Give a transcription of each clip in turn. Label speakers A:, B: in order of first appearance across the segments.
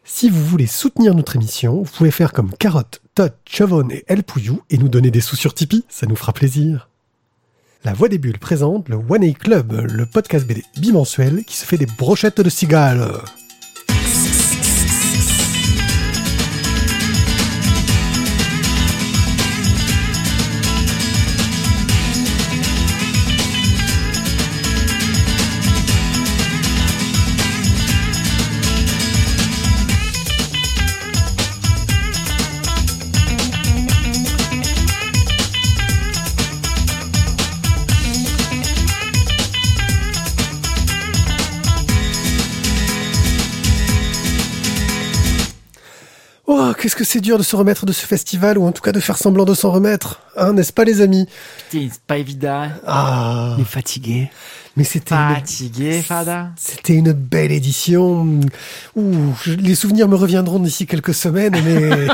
A: Si vous voulez soutenir notre émission, vous pouvez faire comme Carotte, Todd, Chavon et El Pouillou et nous donner des sous sur Tipeee, ça nous fera plaisir. La Voix des Bulles présente le One A Club, le podcast BD bimensuel qui se fait des brochettes de cigales. Oh, qu'est-ce que c'est dur de se remettre de ce festival, ou en tout cas de faire semblant de s'en remettre, hein, n'est-ce pas les amis?
B: Putain, c'est pas évident.
A: Ah,
B: On est fatigué.
A: mais c'était
B: Fada.
A: c'était une belle édition. Les souvenirs me reviendront d'ici quelques semaines, mais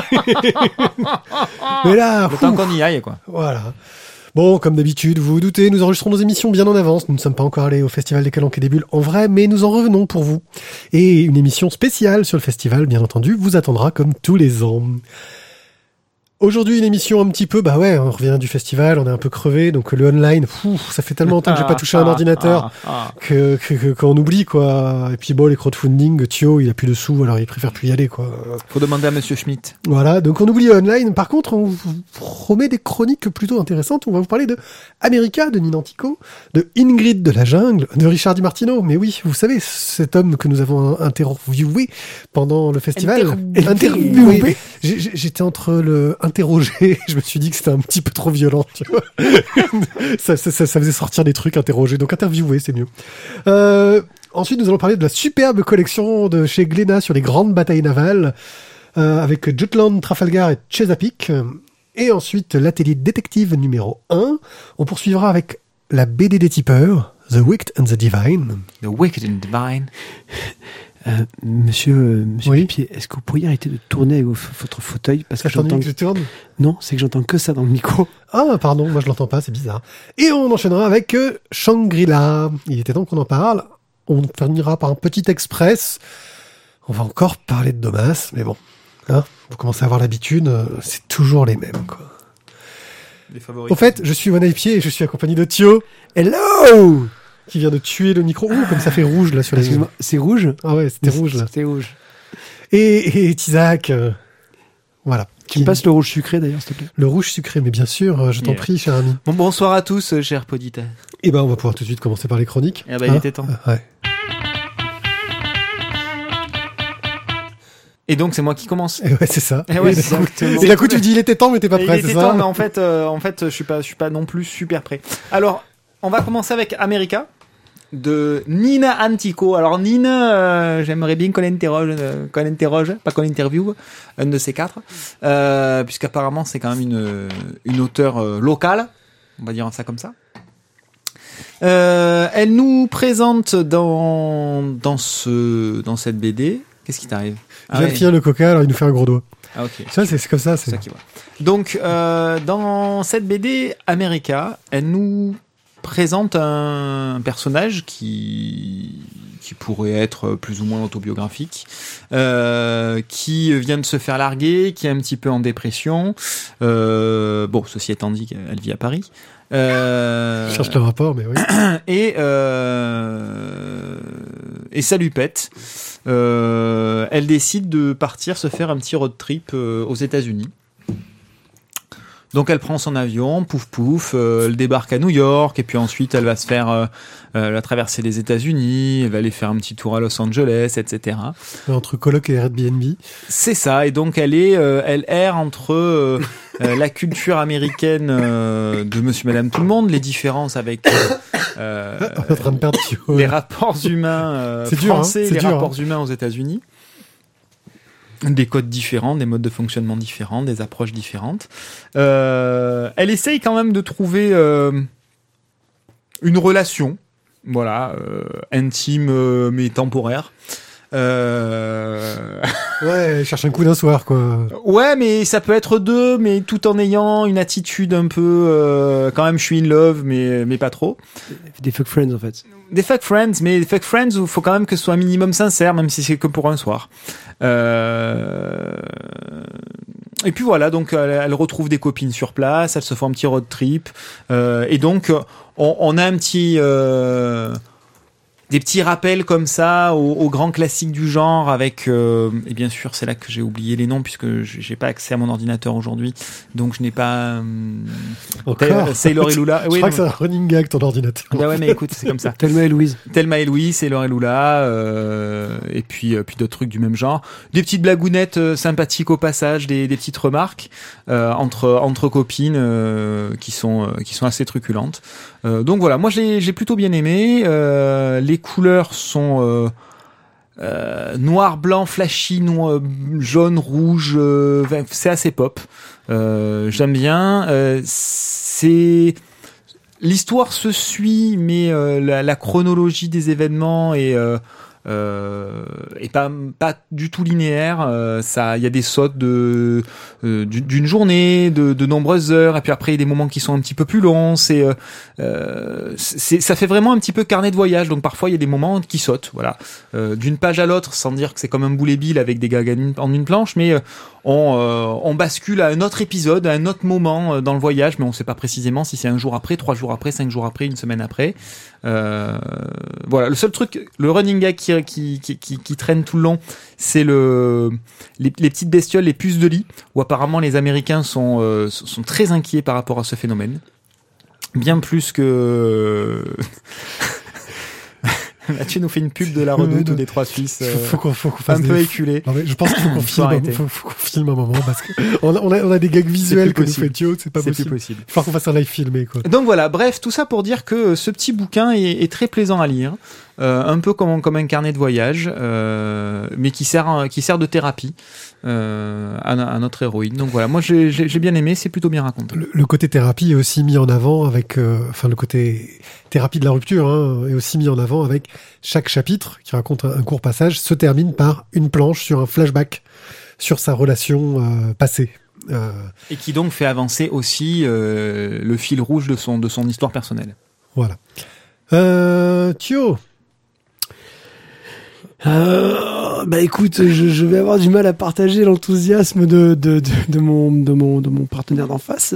A: mais là,
B: Le temps qu'on y aille, quoi.
A: voilà. Bon, comme d'habitude, vous vous doutez, nous enregistrons nos émissions bien en avance. Nous ne sommes pas encore allés au Festival des Calanques et des Bulles en vrai, mais nous en revenons pour vous. Et une émission spéciale sur le festival, bien entendu, vous attendra comme tous les ans. Aujourd'hui, une émission un petit peu, on revient du festival, on est un peu crevé, donc le online, ça fait tellement longtemps que j'ai pas touché un ordinateur que qu'on oublie, quoi. Et puis bon, les crowdfunding, Thio, il a plus de sous, alors il préfère plus y aller, quoi.
B: Faut demander à Monsieur Schmitt.
A: Voilà, donc on oublie le online. Par contre, on vous promet des chroniques plutôt intéressantes. On va vous parler de America, de Ninantico, de Ingrid de la Jungle, de Richard Di Martino. Mais oui, vous savez, cet homme que nous avons interviewé pendant le festival. Interviewé. J'étais entre le interroger, je me suis dit que c'était un petit peu trop violent, tu vois. ça faisait sortir des trucs interrogés, donc interviewer, c'est mieux. Ensuite, nous allons parler de la superbe collection de chez Glénat sur les grandes batailles navales, avec Jutland, Trafalgar et Chesapeake. Et ensuite, l'atelier détective numéro 1. On poursuivra avec la BD des tipeurs, The Wicked and the Divine.
B: The Wicked and Divine.
C: Monsieur
A: Oui.
C: Pipier, est-ce que vous pourriez arrêter de tourner avec votre fauteuil parce que
A: Attendez
C: j'entends
A: que je tourne.
C: Non, c'est que j'entends que ça dans le micro.
A: Ah, pardon, moi je l'entends pas, c'est bizarre. Et on enchaînera avec Shangri-La. Il était temps qu'on en parle. On terminera par un petit express. On va encore parler de Domas, mais bon, hein, vous commencez à avoir l'habitude, c'est toujours les mêmes, quoi.
B: Les favoris.
A: Au fait, je suis One A Pied et je suis accompagné de Thio,
C: Hello.
A: qui vient de tuer le micro. Ouh, comme ça fait rouge, là, sur les...
C: Excuse-moi, c'est rouge.
A: Ah ouais, c'était rouge, là.
C: C'était rouge.
A: Et Tizak, voilà.
C: Tu me passes le rouge sucré d'ailleurs, s'il te plaît.
A: Le rouge sucré, mais bien sûr, je t'en prie, cher ami.
B: Bon, bonsoir à tous, chers poditeurs.
A: Et ben, on va pouvoir tout de suite commencer par les chroniques.
B: Eh ben, il était temps.
A: Ouais.
B: Et donc, c'est moi qui commence.
A: Et ouais, c'est ça.
B: Eh ouais,
A: Et
B: c'est exactement.
A: Et d'un coup, tu dis, il était temps, mais t'es pas
B: Et
A: prêt,
B: il
A: c'est
B: était
A: ça?
B: temps, mais en fait, je suis pas non plus super prêt. Alors, on va commencer avec America de Nina Antico. Alors Nina, j'aimerais bien qu'on interroge, pas qu'on interviewe, un de ces quatre, puisqu'apparemment c'est quand même une auteure locale, on va dire ça comme ça. Elle nous présente dans cette BD. Qu'est-ce qui t'arrive?
A: Je viens de finir le coca, alors il nous fait un gros doigt.
B: Ah ok.
A: Ça, c'est comme ça.
B: C'est ça qui va. Donc, dans cette BD America, elle nous présente un personnage qui pourrait être plus ou moins autobiographique, qui vient de se faire larguer, qui est un petit peu en dépression. Bon, ceci étant dit, elle vit à Paris.
A: Je cherche le rapport, mais oui.
B: Et ça lui pète. Elle décide de partir se faire un petit road trip aux États-Unis. Donc elle prend son avion, pouf pouf, elle débarque à New York et puis ensuite elle va se faire la traversée des États-Unis, elle va aller faire un petit tour à Los Angeles, etc.
A: Entre coloc et Airbnb.
B: C'est ça, et donc elle erre entre la culture américaine de Monsieur Madame Tout le Monde, les différences avec
A: On est en train de perdre Thio.
B: les rapports humains
A: C'est dur,
B: français,
A: hein, c'est
B: les
A: dur,
B: rapports humains aux États-Unis. Des codes différents, des modes de fonctionnement différents, des approches différentes. Elle essaye quand même de trouver une relation, voilà, intime mais temporaire.
A: Ouais, cherche un coup d'un soir, quoi.
B: Ouais, mais ça peut être deux, mais tout en ayant une attitude un peu, quand même, je suis in love, mais pas trop.
C: Des fuck friends en fait.
B: Des fuck friends, mais des fuck friends où il faut quand même que ce soit un minimum sincère, même si c'est que pour un soir. Et puis voilà, donc elle retrouve des copines sur place, elle se fait un petit road trip, et donc on a un petit des petits rappels comme ça aux grands classiques du genre avec et bien sûr c'est là que j'ai oublié les noms puisque j'ai pas accès à mon ordinateur aujourd'hui, donc je n'ai pas Sailor et Lula.
A: Je crois que c'est un running gag ton ordinateur.
B: Bah ouais, mais écoute, c'est comme ça.
C: Thelma et Louise.
B: Thelma et Louise, Sailor et Lula, et puis d'autres trucs du même genre. Des petites blagounettes sympathiques au passage, des petites remarques entre copines qui sont assez truculentes. Donc voilà, moi j'ai plutôt bien aimé. Les couleurs sont noir, blanc, flashy, jaune, rouge. C'est assez pop. J'aime bien. L'histoire se suit, mais la chronologie des événements est pas du tout linéaire. Il y a des sautes d'une journée, de nombreuses heures, et puis après il y a des moments qui sont un petit peu plus longs. Ça fait vraiment un petit peu carnet de voyage. Donc parfois il y a des moments qui sautent, voilà, d'une page à l'autre, sans dire que c'est comme un boulet bill avec des gags en une planche, mais on bascule à un autre épisode, à un autre moment dans le voyage, mais on sait pas précisément si c'est un jour après, 3 jours après, 5 jours après, une semaine après. Voilà, le seul truc, le running gag qui traîne tout le long, c'est les petites bestioles, les puces de lit, où apparemment les Américains sont très inquiets par rapport à ce phénomène, bien plus que Mathieu nous fait une pub de la Redoute ou des Trois Suisses,
A: faut qu'on fasse
B: un peu éculé.
A: Non, mais je pense qu'il faut qu'on filme un moment parce que on a des gags visuels que nous fait Thio, c'est pas possible. Il faut qu'on fasse un live filmé, quoi.
B: Donc voilà, bref, tout ça pour dire que ce petit bouquin est très plaisant à lire, un peu comme un carnet de voyage, mais qui sert de thérapie à notre héroïne. Donc voilà, moi j'ai bien aimé, c'est plutôt bien raconté.
A: Le côté thérapie est aussi mis en avant avec, le côté thérapie de la rupture est aussi mis en avant avec chaque chapitre qui raconte un court passage se termine par une planche sur un flashback sur sa relation passée.
B: Et qui donc fait avancer aussi le fil rouge de son histoire personnelle.
A: Voilà. Thio.
C: Écoute, je vais avoir du mal à partager l'enthousiasme de mon partenaire d'en face.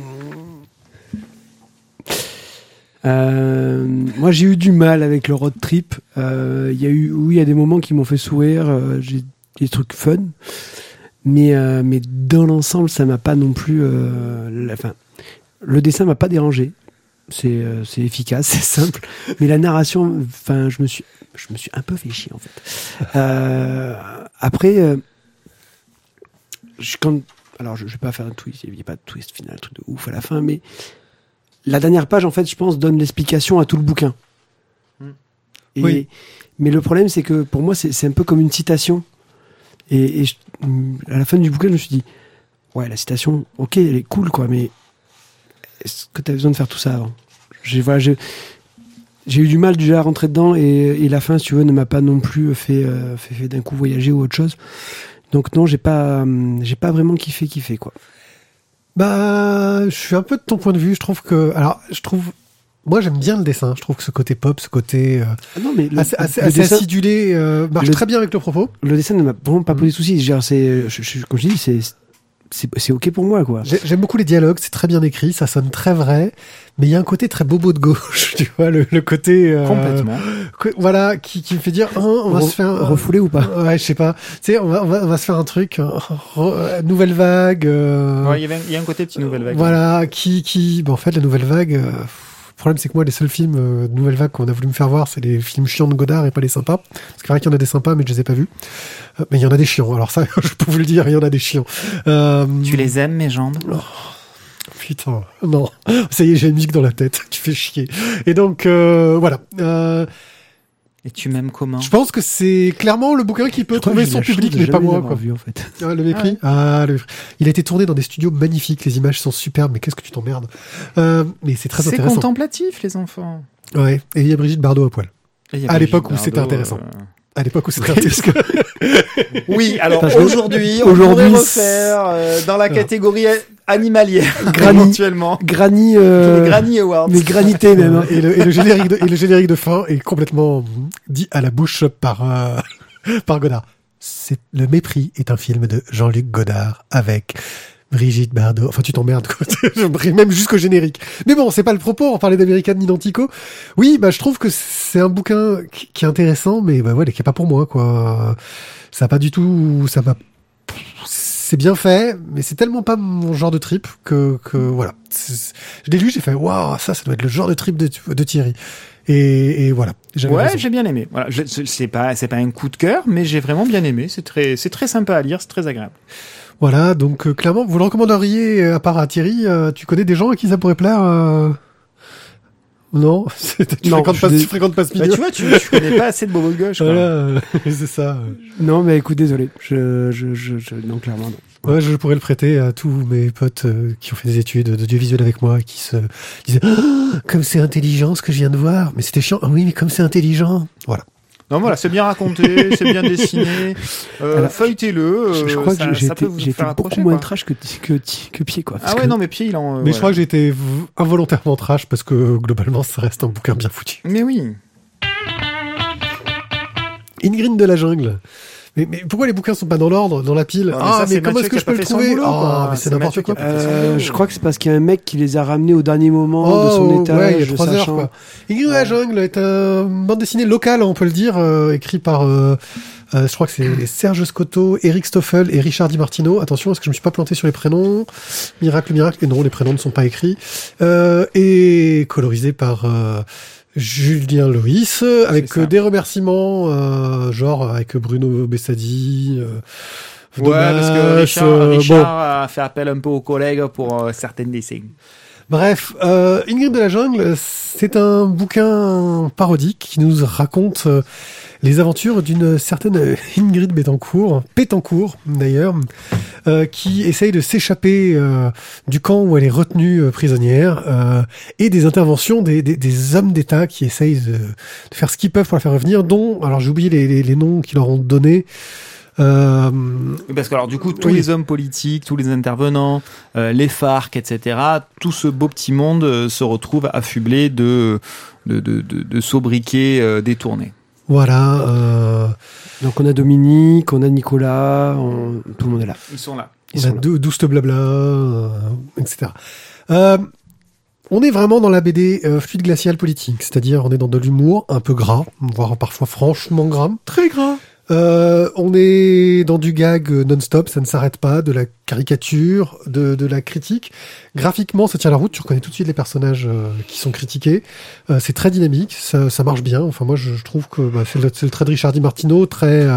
C: Moi j'ai eu du mal avec le road trip. Il y a des moments qui m'ont fait sourire, j'ai des trucs fun, mais dans l'ensemble ça m'a pas non plus. Le dessin m'a pas dérangé. C'est efficace, c'est simple, mais la narration, je me suis un peu fait chier en fait. Après, je vais pas faire un twist, il n'y a pas de twist final, un truc de ouf à la fin, mais la dernière page, en fait, je pense, donne l'explication à tout le bouquin.
A: Oui.
C: Mais le problème, c'est que pour moi, c'est un peu comme une citation. Et à la fin du bouquin, je me suis dit, ouais, la citation, ok, elle est cool, quoi, mais est-ce que tu as besoin de faire tout ça avant ? J'ai eu du mal déjà à rentrer dedans, et la fin, si tu veux, ne m'a pas non plus fait d'un coup voyager ou autre chose. Donc non, j'ai pas vraiment kiffé, quoi.
A: Je suis un peu de ton point de vue. Moi, j'aime bien le dessin. Je trouve que ce côté pop, ce côté assez
C: dessin,
A: acidulé marche très bien avec le propos.
C: Le dessin ne m'a vraiment pas posé de soucis. Comme je dis, c'est ok pour moi, quoi.
A: J'aime beaucoup les dialogues. C'est très bien écrit. Ça sonne très vrai. Mais il y a un côté très bobo de gauche, tu vois, le côté
B: complètement.
A: Voilà, qui me fait dire on va se faire
C: refoulé ou pas.
A: Ouais, je sais pas. Tu sais, on va se faire un truc nouvelle vague.
B: Ouais, il y a un côté petit nouvelle vague.
A: Voilà, en fait la nouvelle vague. Le problème, c'est que moi, les seuls films de nouvelle vague qu'on a voulu me faire voir, c'est les films chiants de Godard et pas les sympas. Parce qu'il paraît qu'il y en a des sympas, mais je les ai pas vus. Mais il y en a des chiants. Alors ça, je peux vous le dire, il y en a des chiants.
B: Tu les aimes, mes jambes?
A: Putain, non. Ça y est, j'ai une musique dans la tête. Tu fais chier. Et donc, voilà.
B: Et tu m'aimes comment?
A: Je pense que c'est clairement le bouquin qui peut trouver son public, mais pas moi, quoi.
C: Vu, en fait.
A: Le mépris. Il a été tourné dans des studios magnifiques. Les images sont superbes, mais qu'est-ce que tu t'emmerdes. Mais c'est très intéressant.
B: C'est contemplatif, les enfants.
A: Ouais. Et il y a Brigitte Bardot à poil. À l'époque où c'était intéressant. À l'époque où c'était un disque.
B: Oui, alors
C: Parce que
B: aujourd'hui, on pourrait refaire dans la catégorie animalière, éventuellement.
C: Granny,
B: Les Granny Awards.
C: mais granité même. Hein.
A: Et le générique de fin est complètement dit à la bouche par Godard. Le Mépris est un film de Jean-Luc Godard avec Brigitte Bardot. Enfin, tu t'emmerdes, quoi. Je brille même jusqu'au générique. Mais bon, c'est pas le propos. On parlait d'American Identico. Oui, je trouve que c'est un bouquin qui est intéressant, mais qui est pas pour moi, quoi. Ça a pas du tout, c'est bien fait, mais c'est tellement pas mon genre de trip que voilà. Je l'ai lu, j'ai fait, waouh, ça doit être le genre de trip de Thierry. Et voilà.
B: J'ai bien aimé. Voilà, c'est pas un coup de cœur, mais j'ai vraiment bien aimé. C'est très sympa à lire, c'est très agréable.
A: Voilà, donc clairement, vous le recommanderiez à part à Thierry, tu connais des gens à qui ça pourrait plaire Non, tu fréquentes pas ce milieu.
B: Tu vois, tu connais pas assez de Bobo Gauche.
A: Voilà, c'est ça.
C: Non, mais écoute, désolé. Non, clairement, non.
A: Ouais, je pourrais le prêter à tous mes potes qui ont fait des études d'audiovisuel avec moi, qui se disaient comme c'est intelligent ce que je viens de voir. Mais c'était chiant. Ah oui, mais comme c'est intelligent. Voilà.
B: Non, voilà, c'est bien raconté, c'est bien dessiné. Feuilletez-le.
C: Je crois que j'ai été beaucoup moins trash que Pied, quoi.
B: Ah ouais, non, mais Pied, il en.
A: Mais je crois que j'ai été involontairement trash parce que globalement, ça reste un bouquin bien foutu.
B: Mais oui.
A: Ingrid de la jungle. Mais pourquoi les bouquins sont pas dans l'ordre, dans la pile? Mais comment est-ce que je peux le trouver? Mais c'est n'importe quoi.
C: Je crois que c'est parce qu'il y a un mec qui les a ramenés au dernier moment de son étage.
A: Ouais, il y a 3 heures, quoi. Ingrid de la jungle est une bande dessinée locale, on peut le dire, écrit par, je crois que c'est Serge Scotto, Eric Stoffel et Richard Di Martino. Attention, est-ce que je me suis pas planté sur les prénoms? Miracle. Et non, les prénoms ne sont pas écrits. Et colorisé par, Julien Loïs, avec des remerciements, genre avec Bruno Bessadi.
B: Parce que Richard a fait appel un peu aux collègues pour certaines dessins.
A: Bref, Ingrid de la jungle, c'est un bouquin parodique qui nous raconte les aventures d'une certaine Ingrid Pétancourt d'ailleurs, qui essaye de s'échapper du camp où elle est retenue prisonnière, et des interventions des hommes d'État qui essayent de faire ce qu'ils peuvent pour la faire revenir, dont, alors j'ai oublié les noms qu'ils leur ont donnés.
B: Parce que alors du coup tous les hommes politiques, tous les intervenants, les FARC, etc., tout ce beau petit monde se retrouve affublé de sobriquets détournés.
A: Voilà.
C: Donc on a Dominique, on a Nicolas, tout le monde est là.
B: Ils sont là.
A: On a douce blabla, etc. On est vraiment dans la BD fluide glacial politique, c'est-à-dire on est dans de l'humour un peu gras, voire parfois franchement gras. Très gras. On est dans du gag non-stop, ça ne s'arrête pas, de la caricature, de la critique. Graphiquement, ça tient la route, tu reconnais tout de suite les personnages qui sont critiqués. C'est très dynamique, ça marche bien. Enfin, moi, je trouve que c'est le trait de Richard Di Martino, très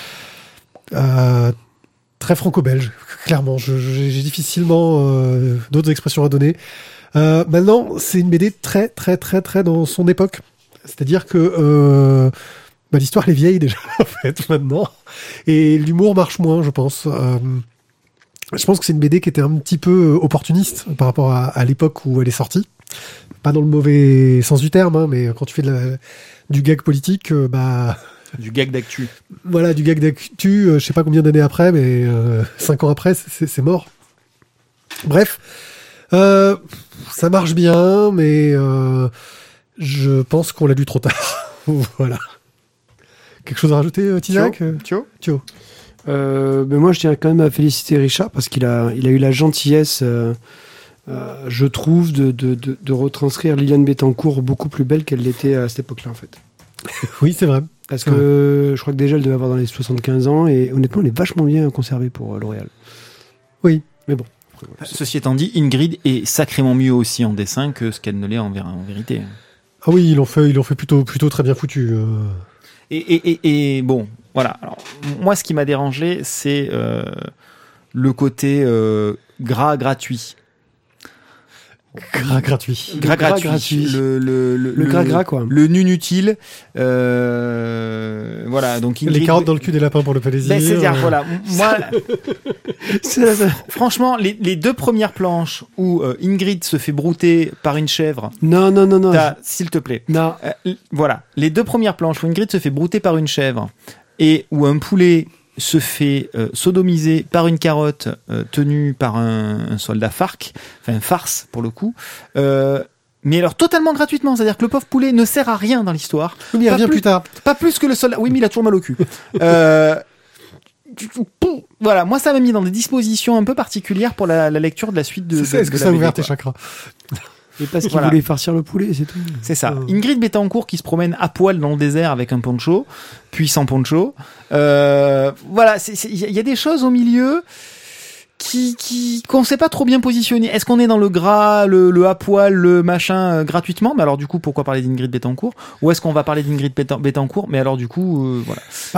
A: franco-belge, clairement. J'ai difficilement d'autres expressions à donner. Maintenant, c'est une BD très, très, très, très dans son époque. C'est-à-dire que l'histoire elle est vieille déjà en fait maintenant, et l'humour marche moins, je pense. Je pense que c'est une BD qui était un petit peu opportuniste par rapport à l'époque où elle est sortie. Pas dans le mauvais sens du terme, hein, mais quand tu fais du gag politique,
B: du gag d'actu.
A: Voilà, du gag d'actu. Je sais pas combien d'années après, mais 5 ans après, c'est mort. Bref, ça marche bien, mais je pense qu'on l'a lu trop tard. Voilà. Quelque chose à rajouter, Tizak? Thio.
C: Moi, je tiens quand même à féliciter Richard parce qu'il a eu la gentillesse, je trouve, de retranscrire Liliane Bettencourt beaucoup plus belle qu'elle l'était à cette époque-là, en fait.
A: Oui, c'est vrai.
C: Parce que je crois que déjà, elle devait avoir dans les 75 ans et honnêtement, elle est vachement bien conservée pour L'Oréal.
A: Oui.
C: Mais bon.
B: Ceci étant dit, Ingrid est sacrément mieux aussi en dessin que ce qu'elle ne l'est en vérité.
A: Ah oui, ils l'ont fait plutôt très bien foutu.
B: Et bon, voilà. Alors, moi, ce qui m'a dérangé, c'est le côté gratuit.
A: Gras gratuit.
B: Gras
C: gras
B: gratuit.
C: gratuit.
B: Le
C: gras, quoi.
B: Le inutile. Voilà. Donc
A: Les carottes dans le cul des lapins pour le plaisir.
B: Ben, c'est-à-dire, voilà. Moi,
C: C'est ça.
B: franchement, les deux premières planches où Ingrid se fait brouter par une chèvre,
C: Non.
B: s'il te plaît.
C: Non.
B: Voilà. Les deux premières planches où Ingrid se fait brouter par une chèvre et où un poulet se fait sodomiser par une carotte tenue par un soldat FARC, enfin farce pour le coup, mais alors totalement gratuitement, c'est-à-dire que le pauvre poulet ne sert à rien dans l'histoire.
A: Oui, mais il revient plus tard.
B: Pas plus que le soldat. Oui, mais il a toujours mal au cul. Voilà, moi ça m'a mis dans des dispositions un peu particulières pour la lecture de la suite de.
A: C'est ça, est-ce que
B: de
A: ça a
B: la
A: ouvert
B: BD,
A: tes
B: quoi.
A: chakras?
C: Et parce qu'il
B: Voilà.
C: voulait farcir le poulet, c'est tout.
B: C'est ça.
A: Oh.
B: Ingrid Betancourt qui se promène à poil dans le désert avec un poncho, puis sans poncho. Voilà, il y a des choses au milieu qu'on sait pas trop bien positionner. Est-ce qu'on est dans le gras, le à poil, le machin gratuitement? Mais alors du coup, pourquoi parler d'Ingrid Betancourt? Ou est-ce qu'on va parler d'Ingrid Betancourt? Mais alors du coup, voilà.
A: Bah,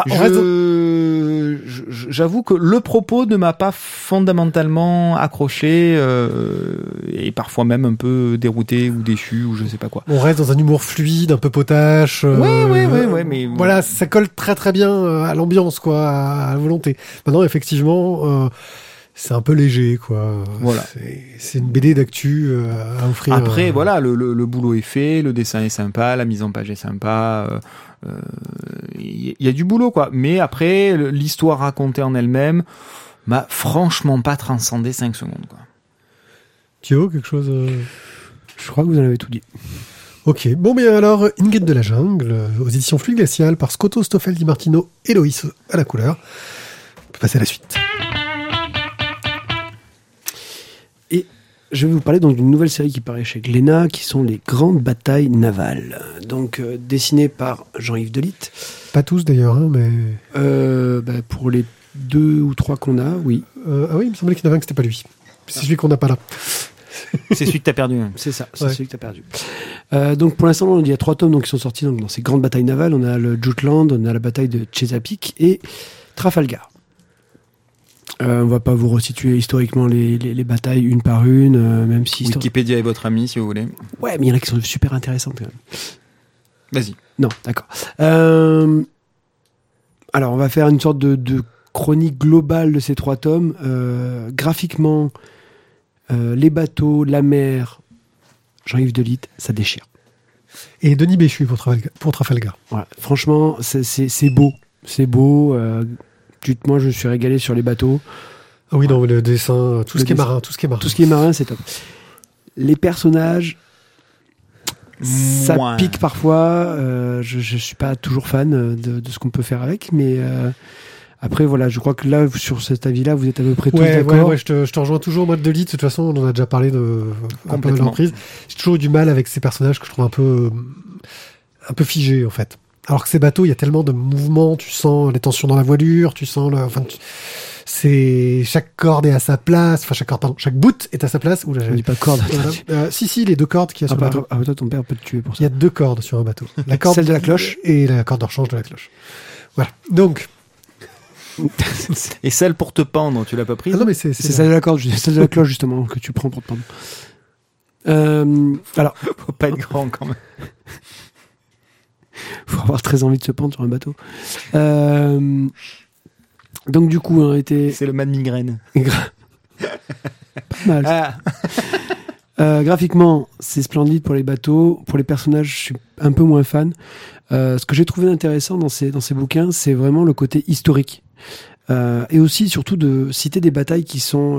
B: J'avoue que le propos ne m'a pas fondamentalement accroché et parfois même un peu dérouté ou déçu ou je sais pas quoi.
A: On reste dans un humour fluide, un peu potache.
B: Ouais, mais
A: Voilà, ça colle très très bien à l'ambiance, quoi, à la volonté. Maintenant, effectivement, c'est un peu léger, quoi.
B: Voilà.
A: C'est une BD d'actu à offrir.
B: Après, voilà, le boulot est fait, le dessin est sympa, la mise en page est sympa. Il y a du boulot, quoi. Mais après, l'histoire racontée en elle-même m'a franchement pas transcendé 5 secondes, quoi.
A: Thio, quelque chose
C: Je crois que vous en avez tout dit.
A: Ok, bon, mais alors, Ingrid de la Jungle, aux éditions Fluide Glacial, par Scotto, Stoffel, Di Martino et Loïs à la couleur. On peut passer à la suite.
C: Et je vais vous parler donc d'une nouvelle série qui paraît chez Glénat, qui sont les grandes batailles navales. Donc, dessinées par Jean-Yves Delitte.
A: Pas tous d'ailleurs, hein, mais.
C: Pour les 2 ou 3 qu'on a, oui.
A: Ah oui, il me semblait qu'il y en avait un que c'était pas lui. C'est celui qu'on n'a pas là.
B: C'est celui que t'as perdu.
C: C'est ça, c'est
A: Ouais.
C: celui que tu as perdu. Donc pour l'instant, il y a 3 tomes donc, qui sont sortis donc, dans ces grandes batailles navales. On a le Jutland, on a la bataille de Chesapeake et Trafalgar. On va pas vous resituer historiquement les batailles une par une, même si...
B: Wikipédia est votre ami, si vous voulez.
C: Ouais, mais il y en a qui sont super intéressantes quand même.
B: Vas-y.
C: Non, d'accord. Alors, on va faire une sorte de chronique globale de ces 3 tomes. Graphiquement, les bateaux, la mer, Jean-Yves Delitte, ça déchire.
A: Et Denis Béchu pour Trafalgar.
C: Voilà. Franchement, c'est beau. C'est beau. Moi, je me suis régalé sur les bateaux.
A: Ah oui, non, le dessin, tout
C: Le
A: ce qui est
C: dessin.
A: marin, tout ce qui est marin.
C: Tout ce qui est marin, c'est top. Les personnages, ça
B: Moins.
C: pique parfois. Je suis pas toujours fan de ce qu'on peut faire avec, mais après, voilà, je crois que là, sur cet avis-là, vous êtes à peu près tous d'accord.
A: Ouais, je te rejoins toujours. Moi, de Delitte, de toute façon, on en a déjà parlé un peu à
B: Complètement.
A: l'emprise. J'ai toujours eu du mal avec ces personnages que je trouve un peu figés, en fait. Alors que ces bateaux, il y a tellement de mouvements, tu sens les tensions dans la voilure, tu sens c'est chaque corde est à sa place, enfin chaque bout est à sa place. Oula,
C: Je dis pas corde.
A: voilà. Si, les 2 cordes qu'il y a sur le bateau.
C: Toi, ton père peut te tuer pour
A: Il y
C: ça.
A: a 2 cordes sur un bateau. La corde
C: Celle de la cloche
A: et la corde de rechange de la cloche. Voilà. Donc,
B: Et celle pour te pendre, tu l'as pas prise?
A: ah non mais c'est
C: C'est celle de la corde, celle de la cloche justement que tu prends pour te pendre. Alors,
B: Faut pas être grand quand même.
C: faut avoir très envie de se pendre sur un bateau. Donc du coup, on a été
B: C'est le man migraine.
C: pas mal.
B: Ah.
C: Graphiquement, c'est splendide pour les bateaux. Pour les personnages, je suis un peu moins fan. Ce que j'ai trouvé intéressant dans ces bouquins, c'est vraiment le côté historique. Et aussi, surtout, de citer des batailles qui sont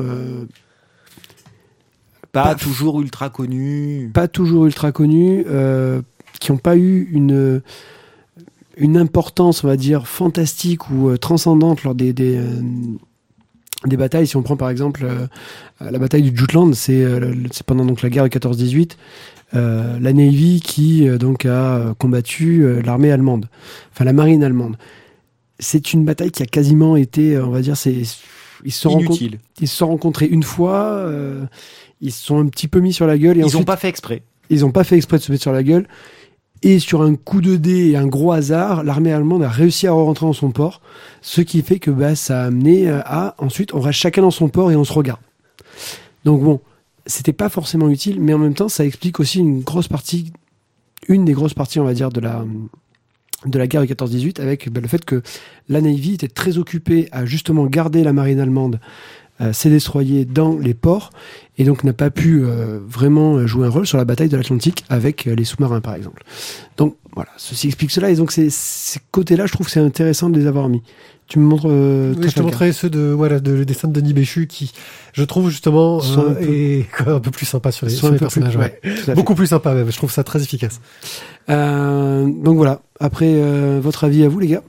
B: Pas toujours ultra connu.
C: pas toujours ultra connues, qui n'ont pas eu une importance, on va dire, fantastique ou transcendante lors des batailles. Si on prend par exemple la bataille du Jutland, c'est pendant donc la guerre de 14-18, la Navy qui donc a combattu l'armée allemande, enfin la marine allemande. C'est une bataille qui a quasiment été, on va dire, ils se
B: Inutile.
C: sont rencontrés une fois, ils se sont un petit peu mis sur la gueule et
B: Ils
C: ensuite,
B: ont pas fait exprès.
C: ils n'ont pas fait exprès de se mettre sur la gueule. Et sur un coup de dé et un gros hasard, l'armée allemande a réussi à rentrer dans son port, ce qui fait que ça a amené à ensuite on reste chacun dans son port et on se regarde. Donc bon, c'était pas forcément utile, mais en même temps, ça explique aussi une des grosses parties, on va dire, de la guerre de 14-18, avec le fait que la Navy était très occupée à justement garder la marine allemande, ses destroyers dans les ports, et donc n'a pas pu vraiment jouer un rôle sur la bataille de l'Atlantique avec les sous-marins, par exemple. Donc voilà, ceci explique cela, et donc ces côtés-là, je trouve que c'est intéressant de les avoir mis. Tu me montres...
A: oui, je te montrais ceux de dessin de Denis Béchu qui, je trouve justement, est un peu plus sympa sur les personnages. Ouais. Beaucoup plus sympa même, je trouve ça très efficace.
C: Donc voilà, après votre avis à vous les gars?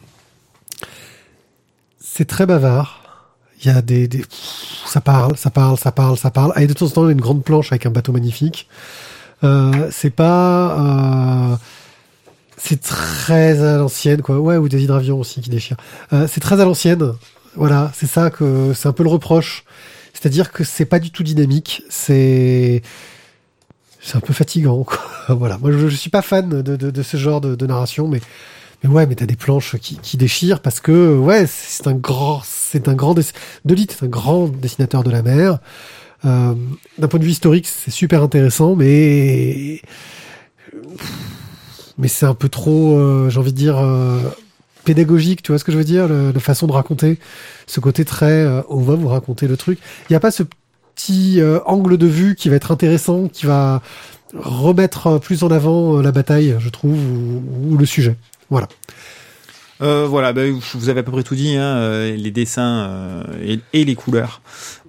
A: C'est très bavard. Il y a ça parle. Et de temps en temps, il y a une grande planche avec un bateau magnifique. C'est très à l'ancienne, quoi. Ouais, ou des hydravions aussi qui déchirent. C'est très à l'ancienne. Voilà, c'est ça c'est un peu le reproche. C'est-à-dire que c'est pas du tout dynamique. C'est un peu fatigant, quoi. Voilà. Moi, je suis pas fan de ce genre de narration, mais t'as des planches qui déchirent parce que, c'est un grand De Ligt est un grand dessinateur de la mer. D'un point de vue historique, c'est super intéressant, mais c'est un peu trop, j'ai envie de dire, pédagogique, tu vois ce que je veux dire, la façon de raconter, ce côté très, on va vous raconter le truc. Il n'y a pas ce petit angle de vue qui va être intéressant, qui va remettre plus en avant la bataille, je trouve, ou le sujet. Voilà.
B: Voilà, vous avez à peu près tout dit, hein, les dessins et les couleurs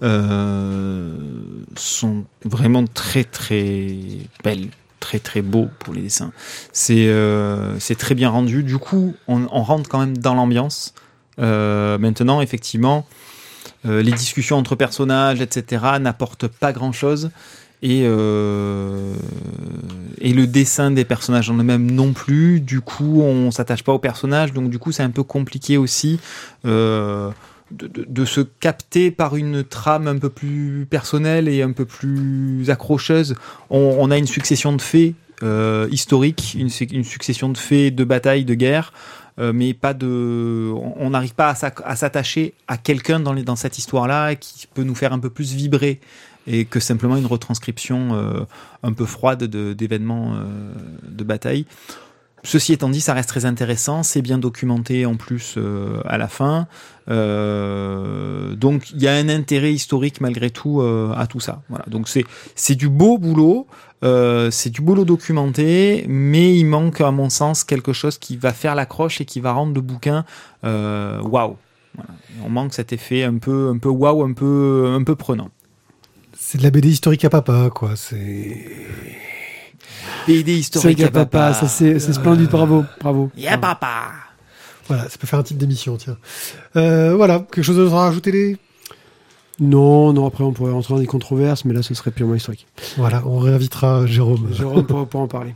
B: sont vraiment très très belles, très très beaux pour les dessins. C'est très bien rendu. Du coup, on rentre quand même dans l'ambiance. Maintenant, effectivement, les discussions entre personnages, etc., n'apportent pas grand-chose. Et le dessin des personnages en eux-mêmes non plus. Du coup, on s'attache pas aux personnages, donc du coup, c'est un peu compliqué aussi de se capter par une trame un peu plus personnelle et un peu plus accrocheuse. On a une succession de faits historiques, une succession de faits de batailles, de guerres, mais on n'arrive pas à s'attacher à quelqu'un dans cette histoire-là qui peut nous faire un peu plus vibrer et que simplement une retranscription un peu froide d'événements de bataille. Ceci étant dit, ça reste très intéressant, c'est bien documenté en plus à la fin, donc il y a un intérêt historique malgré tout à tout ça. Voilà. Donc c'est du beau boulot, c'est du boulot documenté, mais il manque à mon sens quelque chose qui va faire l'accroche et qui va rendre le bouquin waouh. Voilà. On manque cet effet un peu waouh, un peu prenant.
A: C'est de la BD historique à papa, quoi. C'est
B: BD historique à papa.
C: Ça c'est splendide, bravo.
B: Ya papa.
A: Voilà, ça peut faire un titre d'émission, tiens. Voilà, quelque chose d'autre à rajouter
C: Non, après on pourrait rentrer dans des controverses, mais là ce serait purement historique.
A: Voilà, on réinvitera Jérôme.
C: pour en parler.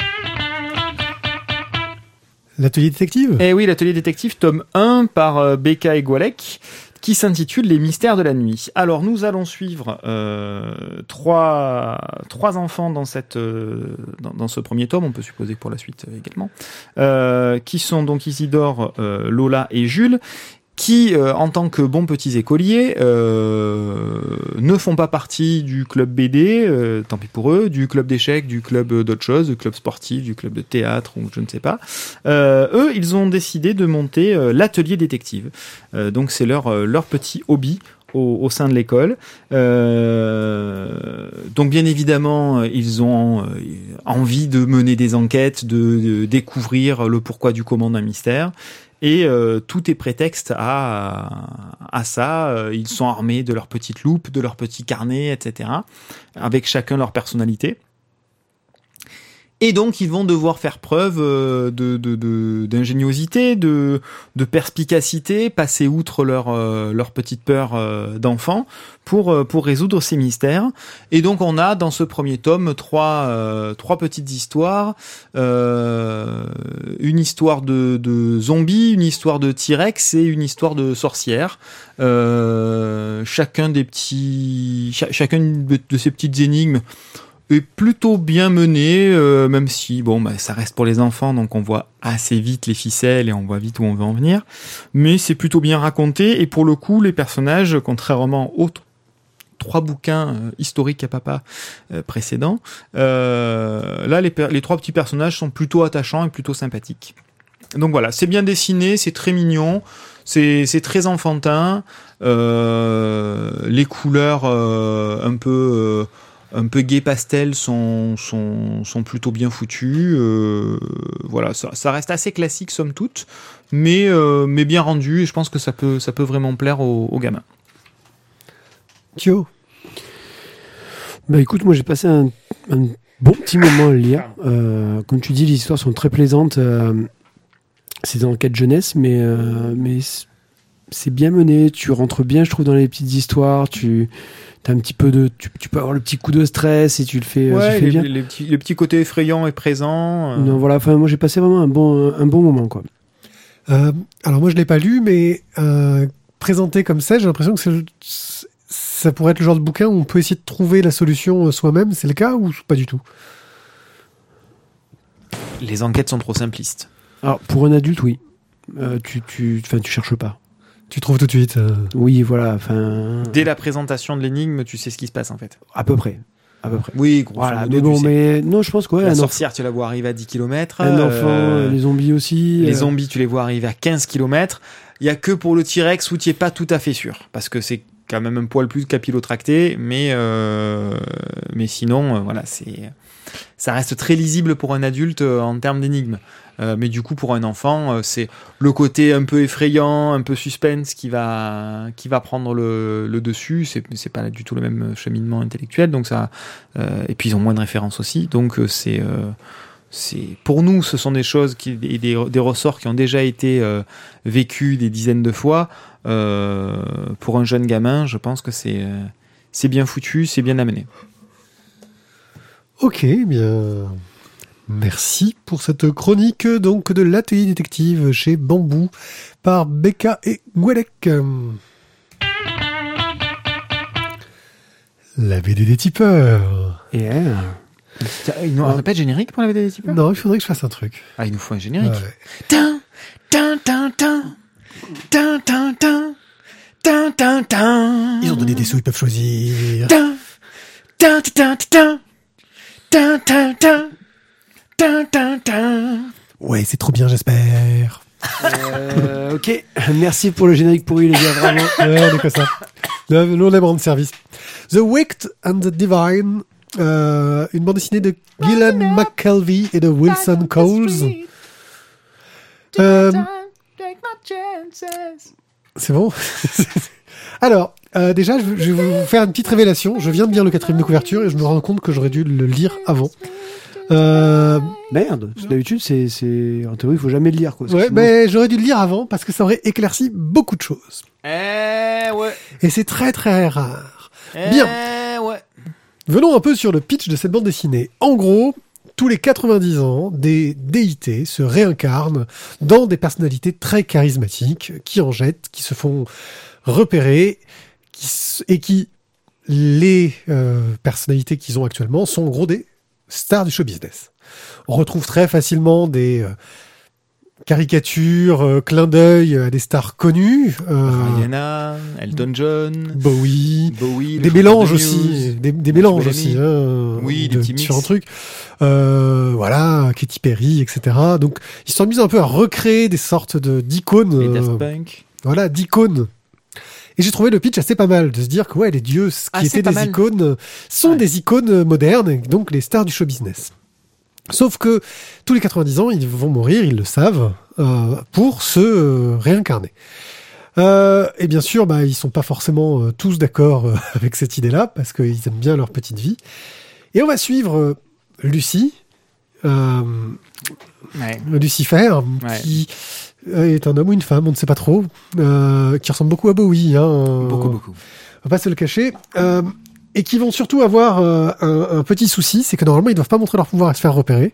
A: L'atelier détective ?
B: Eh oui, l'atelier détective, tome 1 par Becca et Gwalek, qui s'intitule Les mystères de la nuit. Alors nous allons suivre trois enfants dans ce premier tome, on peut supposer pour la suite également, qui sont donc Isidore, Lola et Jules, qui, en tant que bons petits écoliers, ne font pas partie du club BD, tant pis pour eux, du club d'échecs, du club d'autres choses, du club sportif, du club de théâtre, ou je ne sais pas. Eux, ils ont décidé de monter l'atelier détective. Donc c'est leur petit hobby au sein de l'école. Donc bien évidemment, ils ont envie de mener des enquêtes, de découvrir le pourquoi du comment d'un mystère. Et tout est prétexte à ça. Ils sont armés de leur petite loupe, de leur petit carnet, etc. Avec chacun leur personnalité. Et donc, ils vont devoir faire preuve d'ingéniosité, de perspicacité, passer outre leur petite peur d'enfant pour résoudre ces mystères. Et donc, on a dans ce premier tome trois petites histoires. Une histoire de zombies, une histoire de T-Rex et une histoire de sorcière. Chacune de ces petites énigmes est plutôt bien mené, même si ça reste pour les enfants, donc on voit assez vite les ficelles et on voit vite où on veut en venir, mais c'est plutôt bien raconté. Et pour le coup, les personnages, contrairement 3 bouquins historiques à papa précédents. Là, les 3 petits personnages sont plutôt attachants et plutôt sympathiques. Donc voilà, c'est bien dessiné, c'est très mignon, c'est très enfantin. Les couleurs un peu gai pastel sont plutôt bien foutues. Voilà, ça reste assez classique somme toute, mais bien rendu. Et je pense que ça peut vraiment plaire aux gamins.
A: Thio.
C: Bah écoute, moi j'ai passé un bon petit moment à le lire. Comme tu dis, les histoires sont très plaisantes. C'est dans le cas de jeunesse, mais c'est bien mené. Tu rentres bien, je trouve, dans les petites histoires. T'as un petit peu de, tu peux avoir le petit coup de stress et tu le fais,
B: ouais,
C: tu fais bien.
B: Les petits côtés effrayants et présents.
C: Non, voilà. Enfin, moi j'ai passé vraiment un bon moment, quoi.
A: Alors moi je l'ai pas lu, mais présenté comme ça, j'ai l'impression que ça pourrait être le genre de bouquin où on peut essayer de trouver la solution soi-même. C'est le cas ou pas du tout?
B: Les enquêtes sont trop simplistes.
C: Alors pour un adulte, oui. Tu cherches pas.
A: Tu trouves tout de suite.
C: Oui, voilà. Enfin.
B: Dès la présentation de l'énigme, tu sais ce qui se passe en fait.
C: À peu près.
B: Oui, grosso
C: Voilà,
B: modo,
C: mais bon,
B: tu sais.
C: mais non, je pense que ouais,
B: La
C: un
B: sorcière, tu la vois arriver à 10 km.
C: Un enfant, les zombies aussi.
B: Les zombies, tu les vois arriver à 15 km. Il y a que pour le T-Rex où tu es pas tout à fait sûr. Parce que c'est quand même un poil plus capillotracté. Mais sinon, voilà, ça reste très lisible pour un adulte en termes d'énigmes. Mais du coup, pour un enfant, c'est le côté un peu effrayant, un peu suspense qui va prendre le dessus. C'est pas du tout le même cheminement intellectuel. Donc ça, et puis ils ont moins de références aussi. Donc c'est pour nous, ce sont des choses des ressorts qui ont déjà été vécus des dizaines de fois. Pour un jeune gamin, je pense que c'est bien foutu, c'est bien amené.
A: Ok, bien. Merci pour cette chronique donc de l'atelier détective chez Bambou par Becca et Gouelec. La BD des tipeurs.
B: On n'a pas de générique pour la BD des tipeurs ?
A: Non, il faudrait que je fasse un truc.
B: Ah, il nous faut un générique.
A: Ouais.
B: Tin, tin, tin, tin. Tin, tin, tin. Tin, tin, tin.
A: Ils ont donné des sous, ils peuvent choisir.
B: Tin, tin, tin, tin. Tin, tin, tin. Tin, tin, tin.
A: Ouais, c'est trop bien, j'espère.
C: Ok, merci pour le générique pourri, les gars, vraiment.
A: Ouais, on est comme ça. Nous, on aime rendre service. The Wicked and the Divine, une bande dessinée de Gillian McKelvey et de Wilson Coles. C'est bon. Alors, déjà, je vais vous faire une petite révélation. Je viens de lire le 4e de couverture et je me rends compte que j'aurais dû le lire avant.
C: Merde, d'habitude, c'est en théorie, il faut jamais le lire, quoi.
A: Ouais,
C: Sinon-
A: mais j'aurais dû le lire avant parce que ça aurait éclairci beaucoup de choses.
B: Ouais.
A: Et c'est très très rare. Bien.
B: Ouais.
A: Venons un peu sur le pitch de cette bande dessinée. En gros, tous les 90 ans, des déités se réincarnent dans des personnalités très charismatiques, qui en jettent, qui se font repérer, les personnalités qu'ils ont actuellement sont en gros des stars du show business. On retrouve très facilement des caricatures, clins d'œil à des stars connues.
B: Rihanna, Elton John,
A: Bowie,
B: le
A: des
B: chanteur
A: mélanges
B: de
A: aussi,
B: Muse,
A: des mélanges
B: Bellamy.
A: aussi, hein,
B: Oui, des petits mix.
A: différents trucs. Voilà, Katy Perry, etc. Donc, ils sont amusés un peu à recréer des sortes d'icônes.
B: les Daft Punk.
A: Voilà, d'icônes. Et j'ai trouvé le pitch assez pas mal, de se dire que ouais, les dieux qui
B: c'est
A: étaient
B: pas
A: des
B: mal.
A: icônes sont des icônes modernes, et donc les stars du show business. Sauf que tous les 90 ans, ils vont mourir, ils le savent, pour se réincarner. Et bien sûr, ils sont pas forcément tous d'accord avec cette idée-là, parce qu'ils aiment bien leur petite vie. Et on va suivre Lucie, Lucifer, qui est un homme ou une femme, on ne sait pas trop, qui ressemble beaucoup à Bowie.
B: Beaucoup.
A: On va pas se le cacher. Et qui vont surtout avoir un petit souci, c'est que normalement, ils doivent pas montrer leur pouvoir et se faire repérer.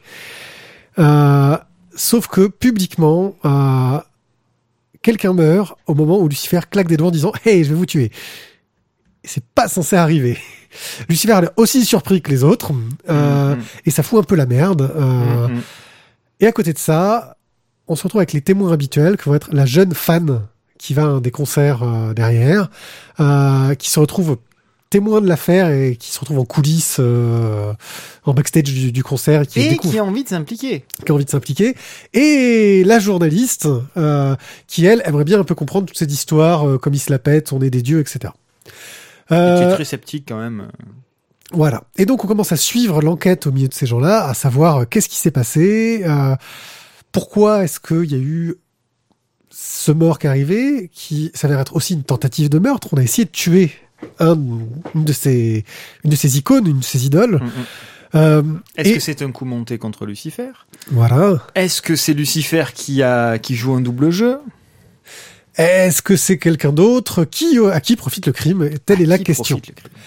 A: Sauf que, publiquement, quelqu'un meurt au moment où Lucifer claque des doigts en disant « Hey, je vais vous tuer ». C'est pas censé arriver. Lucifer est aussi surpris que les autres, et ça fout un peu la merde. Et à côté de ça, on se retrouve avec les témoins habituels, qui vont être la jeune fan qui va à un des concerts derrière, qui se retrouve témoin de l'affaire et qui se retrouve en coulisses, en backstage du concert et
B: qui a envie de s'impliquer.
A: Qui a envie de s'impliquer. Et la journaliste, qui elle aimerait bien un peu comprendre toute cette histoire, comme ils se la pètent, on est des dieux, etc.
B: Et qui est très sceptique quand même.
A: Voilà. Et donc on commence à suivre l'enquête au milieu de ces gens-là, à savoir qu'est-ce qui s'est passé, pourquoi est-ce qu'il y a eu ce mort qui est arrivé, qui s'avère être aussi une tentative de meurtre. On a essayé de tuer une de ces icônes, une de ces idoles.
B: Est-ce que c'est un coup monté contre Lucifer ?
A: Voilà.
B: Est-ce que c'est Lucifer qui joue un double jeu ?
A: Est-ce que c'est quelqu'un d'autre à qui profite le crime ? Telle est la question.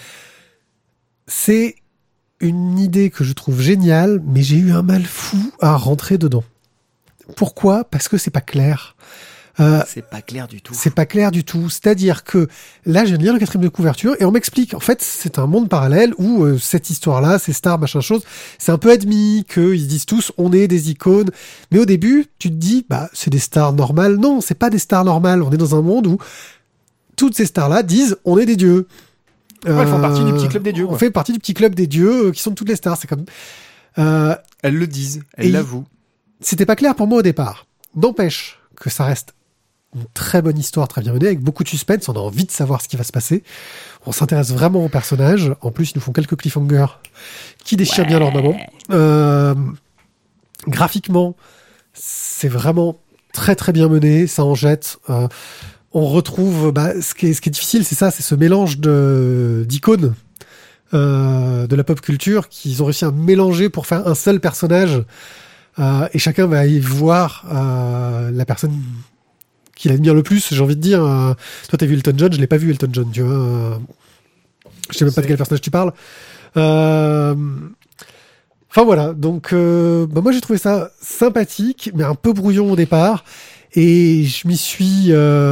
A: C'est une idée que je trouve géniale, mais j'ai eu un mal fou à rentrer dedans. Pourquoi ? Parce que c'est pas clair.
B: C'est pas clair du tout.
A: C'est pas clair du tout. C'est-à-dire que là, je viens de lire le 4e de couverture et on m'explique. En fait, c'est un monde parallèle où cette histoire-là, ces stars, machin chose, c'est un peu admis qu'ils se disent tous, on est des icônes. Mais au début, tu te dis, c'est des stars normales. Non, c'est pas des stars normales. On est dans un monde où toutes ces stars-là disent, on est des dieux.
B: Elles font partie du petit club des dieux.
A: On fait partie du petit club des dieux qui sont toutes les stars. C'est comme.
B: Elles le disent. Elles l'avouent.
A: C'était pas clair pour moi au départ. N'empêche que ça reste une très bonne histoire, très bien menée, avec beaucoup de suspense. On a envie de savoir ce qui va se passer. On s'intéresse vraiment aux personnages. En plus, ils nous font quelques cliffhangers qui déchirent bien leur maman. Graphiquement, c'est vraiment très très bien mené. Ça en jette. On retrouve, ce qui est difficile, c'est ça, c'est ce mélange d'icônes de la pop culture qu'ils ont réussi à mélanger pour faire un seul personnage. Et chacun va y voir la personne qui l'admire le plus, j'ai envie de dire. Toi, t'as vu Elton John, je l'ai pas vu Elton John, tu vois. Je sais même pas de quel personnage tu parles. Enfin voilà, donc moi j'ai trouvé ça sympathique, mais un peu brouillon au départ. Et je m'y suis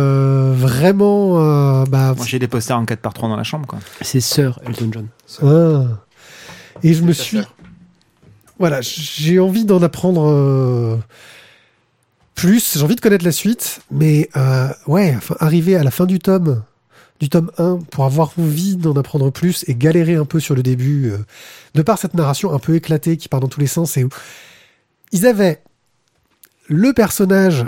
A: vraiment...
B: Moi j'ai des posters en 4x3 dans la chambre, quoi.
C: C'est Sir Elton John.
A: Et je me suis... Voilà, j'ai envie d'en apprendre plus, j'ai envie de connaître la suite, mais arriver à la fin du tome 1, pour avoir envie d'en apprendre plus et galérer un peu sur le début, de par cette narration un peu éclatée qui part dans tous les sens, et où ils avaient le personnage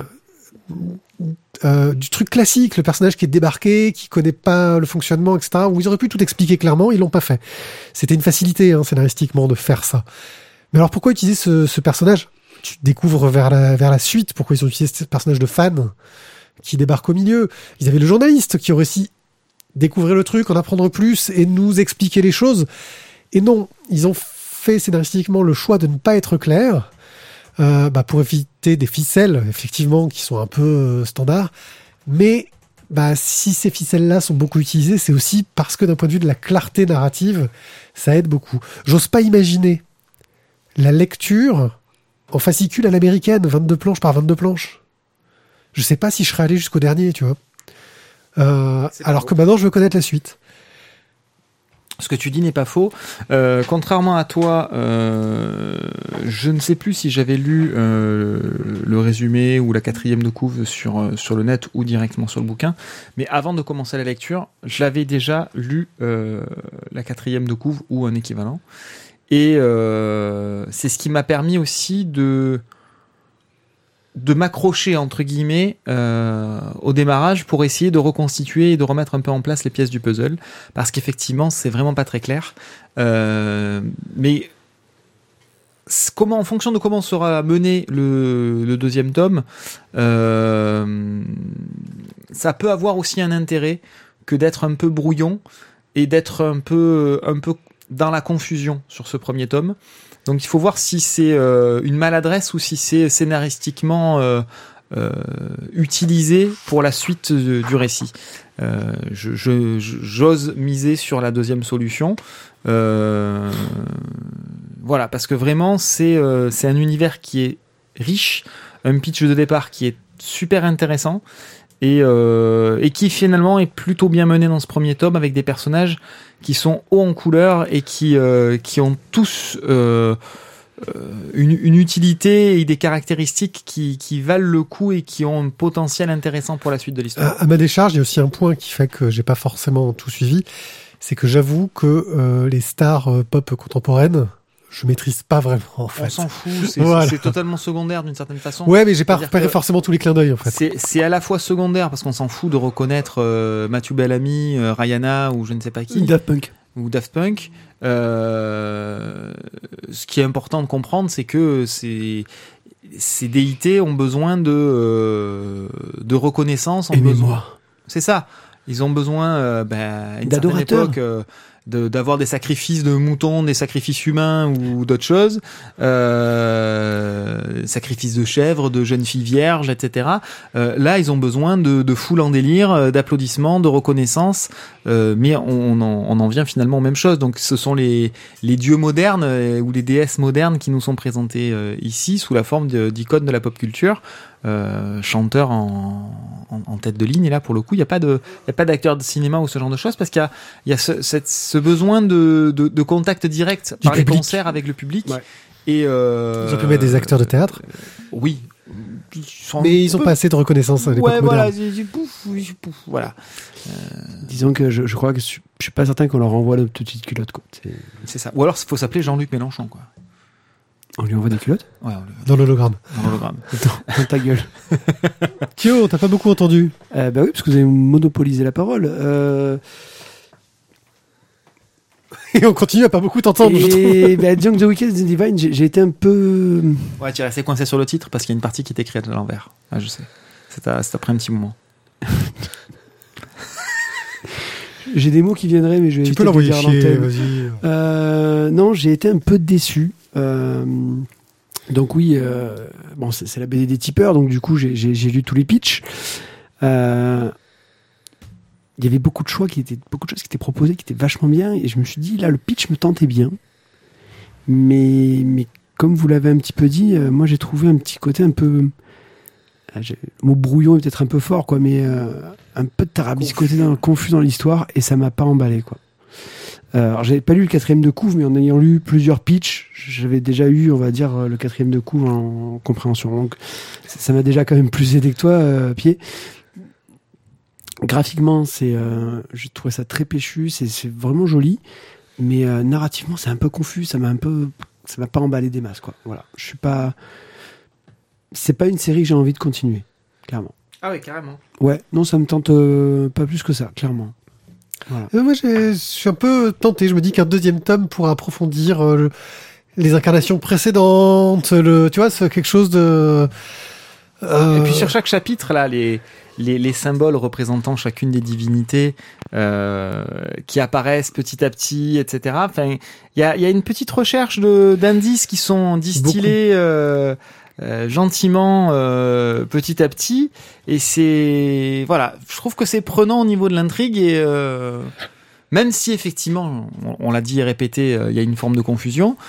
A: du truc classique, le personnage qui est débarqué, qui connaît pas le fonctionnement, etc., où ils auraient pu tout expliquer clairement, ils l'ont pas fait. C'était une facilité, scénaristiquement, de faire ça. Mais alors pourquoi utiliser ce personnage ? Tu découvres vers la suite pourquoi ils ont utilisé ce personnage de fan qui débarque au milieu. Ils avaient le journaliste qui aurait aussi découvrir le truc, en apprendre plus et nous expliquer les choses. Et non, ils ont fait scénaristiquement le choix de ne pas être clairs, pour éviter des ficelles, effectivement, qui sont un peu standards. Mais si ces ficelles-là sont beaucoup utilisées, c'est aussi parce que d'un point de vue de la clarté narrative, ça aide beaucoup. J'ose pas imaginer la lecture en fascicule à l'américaine, 22 planches par 22 planches. Je sais pas si je serais allé jusqu'au dernier, tu vois. Alors que maintenant, je veux connaître la suite.
B: Ce que tu dis n'est pas faux. Contrairement à toi, je ne sais plus si j'avais lu le résumé ou la 4e de couve sur le net ou directement sur le bouquin. Mais avant de commencer la lecture, je l'avais déjà lu la 4e de couve ou un équivalent. Et c'est ce qui m'a permis aussi de m'accrocher entre guillemets au démarrage pour essayer de reconstituer et de remettre un peu en place les pièces du puzzle, parce qu'effectivement c'est vraiment pas très clair, mais en fonction de comment sera mené le 2e tome, ça peut avoir aussi un intérêt que d'être un peu brouillon et d'être un peu dans la confusion sur ce 1er tome. Donc il faut voir si c'est une maladresse ou si c'est scénaristiquement utilisé pour la suite du récit. J'ose miser sur la 2e solution. Voilà, parce que vraiment c'est un univers qui est riche, un pitch de départ qui est super intéressant et qui finalement est plutôt bien mené dans ce 1er tome, avec des personnages qui sont hauts en couleur et qui ont tous une utilité et des caractéristiques qui valent le coup et qui ont un potentiel intéressant pour la suite de l'histoire.
A: À ma décharge, il y a aussi un point qui fait que j'ai pas forcément tout suivi. c'est que j'avoue que les stars pop contemporaines, je maîtrise pas vraiment, en fait.
B: On s'en fout, c'est
A: Voilà.
B: c'est totalement secondaire d'une certaine façon.
A: Ouais, mais j'ai pas
B: C'est-à-dire
A: repéré
B: que
A: forcément tous les clins d'œil, en fait.
B: C'est à la fois secondaire parce qu'on s'en fout de reconnaître Matthew Bellamy, Rihanna ou je ne sais pas qui,
C: Daft Punk.
B: ou Daft Punk. Ce qui est important de comprendre, c'est que ces déités ont besoin de reconnaissance.
C: Aimez-moi.
B: C'est ça. Ils ont besoin, à une certaine
C: D'adorateurs.
B: époque, d'avoir des sacrifices de moutons, des sacrifices humains ou d'autres choses, sacrifices de chèvres, de jeunes filles vierges, etc. Là, ils ont besoin de foule en délire, d'applaudissements, de reconnaissance, mais on en vient finalement aux mêmes choses. Donc, ce sont les dieux modernes ou les déesses modernes qui nous sont présentés ici sous la forme d'icônes de la pop culture. Chanteur en tête de ligne, et là pour le coup il n'y a pas d'acteur de cinéma ou ce genre de choses parce qu'il y a ce besoin de contact direct par les
A: public.
B: concerts avec le public.
C: Ouais.
B: Et
A: Ils ont pu mettre des acteurs de théâtre,
B: oui,
A: mais ils ont pas assez de reconnaissance à l'époque
B: ouais,
A: moderne.
B: voilà, pouf, voilà.
C: Disons que je crois que je suis pas certain qu'on leur envoie de petites culottes, quoi.
B: C'est ça. Ou alors il faut s'appeler Jean-Luc Mélenchon, quoi.
C: On lui envoie des culottes
B: Ouais,
A: Dans l'hologramme.
B: dans l'hologramme.
C: dans ta gueule.
A: Kyo, t'as pas beaucoup entendu.
C: Bah oui, parce que vous avez monopolisé la parole.
A: Et on continue à pas beaucoup t'entendre, je trouve.
C: Et bah, disons que The Wicked and the Divine, j'ai été un peu...
B: Ouais, tu es resté coincé sur le titre parce qu'il y a une partie qui est écrite à l'envers. Ah, je sais. C'est après un petit moment.
C: J'ai des mots qui viendraient, mais je vais
A: Tu
C: éviter
A: peux
C: de les
A: l'envoyer
C: dire à
A: chier,
C: l'antenne.
A: vas-y.
C: Non, j'ai été un peu déçu. Donc oui, bon, c'est la BD des tipeurs, donc du coup j'ai lu tous les pitchs. Il y avait beaucoup de choses qui étaient proposées, qui étaient vachement bien, et je me suis dit là le pitch me tentait bien, mais comme vous l'avez un petit peu dit, moi j'ai trouvé un petit côté un peu, le mot brouillon est peut-être un peu fort quoi, mais un peu de tarabiscoté, confus dans l'histoire, et ça m'a pas emballé quoi. Alors j'avais pas lu le 4e de couve, mais en ayant lu plusieurs pitchs, j'avais déjà eu, on va dire, le 4e de couve en compréhension. Donc ça m'a déjà quand même plus aidé que toi, Pied. Graphiquement, j'ai trouvé ça très péchu, c'est vraiment joli, mais narrativement c'est un peu confus, ça m'a pas emballé des masses quoi. Voilà, c'est pas une série que j'ai envie de continuer, clairement.
B: Ah oui, carrément.
C: Ouais, non, ça me tente pas plus que ça, clairement. Voilà.
A: Moi, je suis un peu tenté. Je me dis qu'un 2e tome pourra approfondir les incarnations précédentes, tu vois, c'est quelque chose de...
B: Et puis sur chaque chapitre, là, les symboles représentant chacune des divinités qui apparaissent petit à petit, etc. Enfin, il y a une petite recherche d'indices qui sont distillés gentiment petit à petit, et c'est voilà, je trouve que c'est prenant au niveau de l'intrigue, et même si effectivement on l'a dit et répété, il y a une forme de confusion,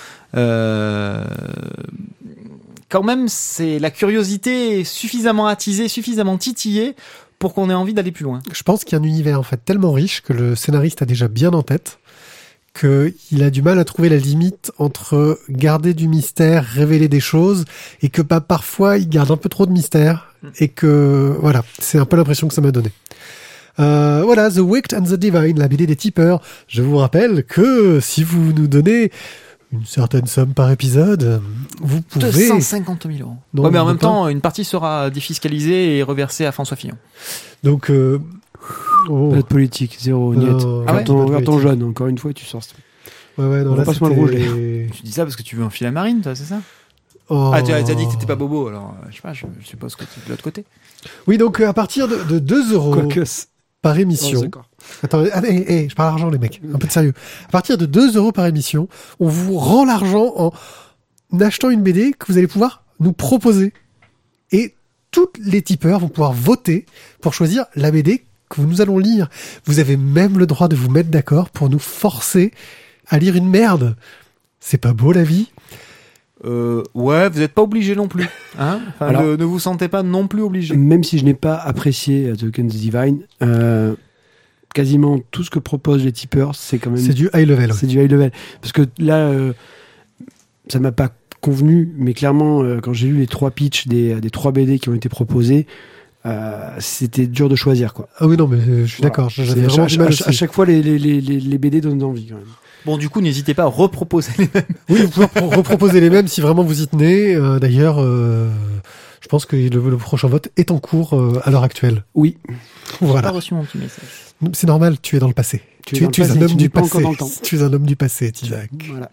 B: quand même c'est la curiosité est suffisamment attisée, suffisamment titillée pour qu'on ait envie d'aller plus loin.
A: Je pense qu'il y a un univers en fait tellement riche que le scénariste a déjà bien en tête, qu'il a du mal à trouver la limite entre garder du mystère, révéler des choses, et que parfois il garde un peu trop de mystère, et que voilà, c'est un peu l'impression que ça m'a donné. Voilà, The Wicked and the Divine, la BD des tipeurs. Je vous rappelle que si vous nous donnez une certaine somme par épisode, vous pouvez...
B: 250 000 €.
A: Non,
B: ouais, mais en même
A: pas.
B: temps, une partie sera défiscalisée et reversée à François Fillon.
A: Donc...
C: Pas de politique, zéro, niet.
B: Ah ouais,
C: Carton jaune, encore une fois, tu sors ce truc.
A: Ouais, non,
C: On
A: là,
C: passe-moi le rouge,
B: Tu dis ça parce que tu veux un fil à marine, toi, c'est ça?
A: Oh.
B: Ah, tu as dit que t'étais pas bobo, alors je sais pas, je suppose que tu es de l'autre côté.
A: Oui, donc à partir de 2 €
C: Quoique.
A: par émission... Attends, je parle argent, les mecs. Un peu de sérieux. À partir de 2 € par émission, on vous rend l'argent en achetant une BD que vous allez pouvoir nous proposer. Et tous les tipeurs vont pouvoir voter pour choisir la BD que nous allons lire. Vous avez même le droit de vous mettre d'accord pour nous forcer à lire une merde. C'est pas beau, la vie?
B: Ouais, vous n'êtes pas obligé non plus. Hein, enfin,
C: Alors,
B: ne vous sentez pas non plus obligé.
C: Même si je n'ai pas apprécié The Wicked and the Divine, quasiment tout ce que proposent les tipeurs, c'est quand même...
A: C'est du high level.
C: C'est du high level. Parce que là, ça m'a pas convenu, mais clairement, quand j'ai lu les 3 pitchs des 3 BD qui ont été proposés, c'était dur de choisir, quoi.
A: Ah oui, non, mais je suis d'accord. J'avais vraiment du mal
C: à
A: aussi.
C: chaque fois, les BD donnent envie, quand même.
B: Bon, du coup, n'hésitez pas à reproposer les mêmes.
A: Oui, vous pouvez reproposer les mêmes si vraiment vous y tenez. D'ailleurs, je pense que le prochain vote est en cours à l'heure actuelle.
C: Oui.
B: J'ai pas
A: Voilà.
B: reçu mon petit message.
A: C'est normal, tu es dans le passé. Tu es un homme du passé. Tu es un homme du passé, Isaac.
C: Voilà.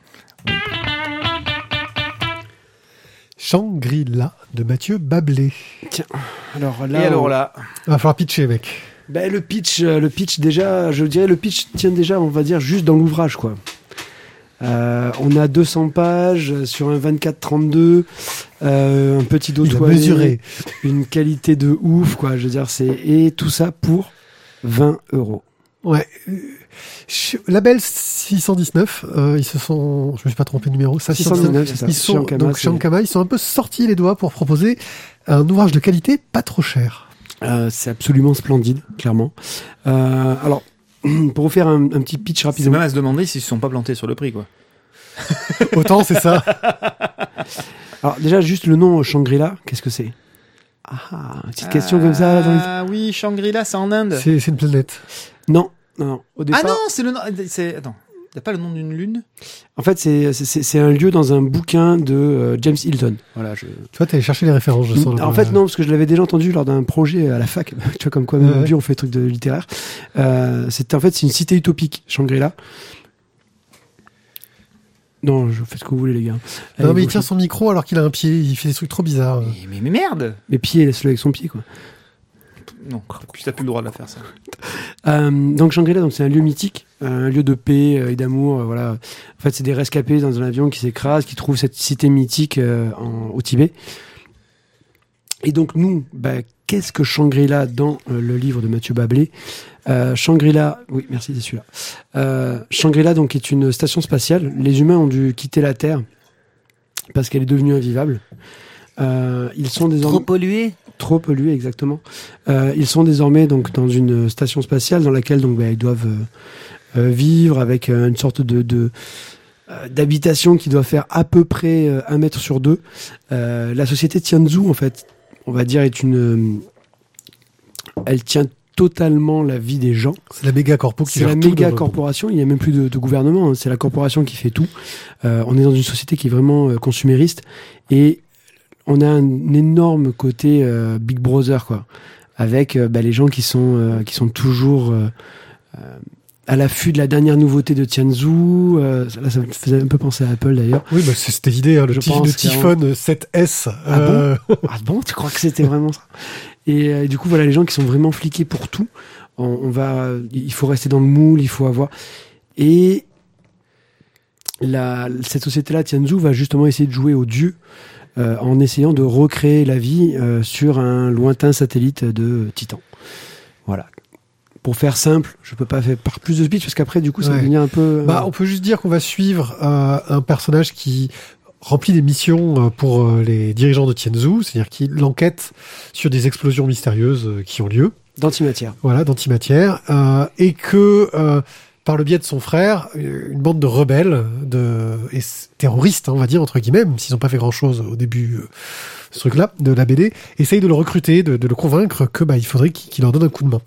A: Shangri-La de Mathieu Bablé.
C: Tiens, alors
B: Et
C: là...
B: alors là,
A: Il va falloir pitcher, mec.
C: Ben, le pitch déjà, je dirais le pitch tient déjà, on va dire, juste dans l'ouvrage, quoi. On a 200 pages sur un 24-32, un petit dos
A: Il a
C: toilé,
A: mesuré.
C: une qualité de ouf, quoi. Je veux dire, et tout ça pour 20 €.
A: Ouais. Label 619, ils se sont, je me suis pas trompé de numéro, ça
C: 619, c'est ça.
A: Ils sont,
C: Shankama,
A: donc
C: c'est-
A: Shankama, ils sont un peu sortis les doigts pour proposer un ouvrage de qualité pas trop cher.
C: C'est absolument splendide, clairement. Alors, pour vous faire un petit pitch
B: c'est
C: rapidement.
B: même à se demander s'ils se sont pas plantés sur le prix, quoi.
A: Autant c'est ça.
C: Alors, déjà, juste le nom Shangri-La, qu'est-ce que c'est? Petite question comme ça. Dans les-
B: Ah oui, Shangri-La, c'est en Inde.
A: C'est une planète.
C: Non. Au départ,
B: Ah non, c'est le nom. Attends, y a pas le nom d'une lune?
C: en fait, c'est un lieu dans un bouquin de James Hilton. Voilà,
A: Tu vois, t'es allé chercher les références, je sens.
C: En fait, non, parce que je l'avais déjà entendu lors d'un projet à la fac. Tu vois, comme quoi, même on fait des trucs de littéraire. C'est une cité utopique, Shangri-La. Non, je fais ce que vous voulez, les gars.
A: Non,
C: Allez,
A: mais il
C: vous
A: tient
C: faites-
A: son micro alors qu'il a un pied, il fait des trucs trop bizarres.
B: Mais merde!
C: Mes pieds, laisse-le avec son pied, quoi.
B: Non, tu t'as plus le droit de la faire, ça.
C: Donc Shangri-La, donc c'est un lieu mythique, un lieu de paix et d'amour. Voilà. En fait, c'est des rescapés dans un avion qui s'écrase, qui trouvent cette cité mythique au Tibet. Et donc nous, qu'est-ce que Shangri-La dans le livre de Mathieu Bablé? Shangri-La, oui, merci, c'est celui-là. Shangri-La donc est une station spatiale. Les humains ont dû quitter la Terre parce qu'elle est devenue invivable. Ils sont désormais trop pollués, exactement. Ils sont désormais donc dans une station spatiale dans laquelle donc ils doivent vivre avec une sorte de d'habitation qui doit faire à peu près 1 mètre sur 2. La société Tianzhu, en fait, on va dire, elle tient totalement la vie des gens.
A: C'est la méga corpo qui
C: C'est
A: gère
C: la
A: tout
C: méga
A: dans-
C: corporation, il n'y a même plus de gouvernement, hein. C'est la corporation qui fait tout. On est dans une société qui est vraiment consumériste et on a un énorme côté Big Brother, quoi, avec les gens qui sont toujours à l'affût de la dernière nouveauté de Tianzhu. Là, ça me faisait un peu penser à Apple, d'ailleurs.
A: Oui, c'était l'idée, hein, le
C: Je
A: petit
C: pense
A: de Typhon 7S.
C: Ah Ah bon, tu crois que c'était vraiment ça? Et du coup, voilà, les gens qui sont vraiment fliqués pour tout. Il faut rester dans le moule, il faut avoir. Et cette société-là, Tianzhu, va justement essayer de jouer au dieu en essayant de recréer la vie sur un lointain satellite de Titan. Voilà. Pour faire simple, je peux pas faire par plus de speech parce qu'après, du coup, ça va devenir un peu.
A: On peut juste dire qu'on va suivre un personnage qui remplit des missions pour les dirigeants de Tianzhu, c'est-à-dire qu'il enquête sur des explosions mystérieuses qui ont lieu.
C: D'antimatière.
A: Voilà, d'antimatière, et que par le biais de son frère, une bande de rebelles, et terroristes, hein, on va dire entre guillemets, même s'ils n'ont pas fait grand-chose au début, ce truc-là de la BD, essaye de le recruter, de le convaincre que il faudrait qu'il leur donne un coup de main.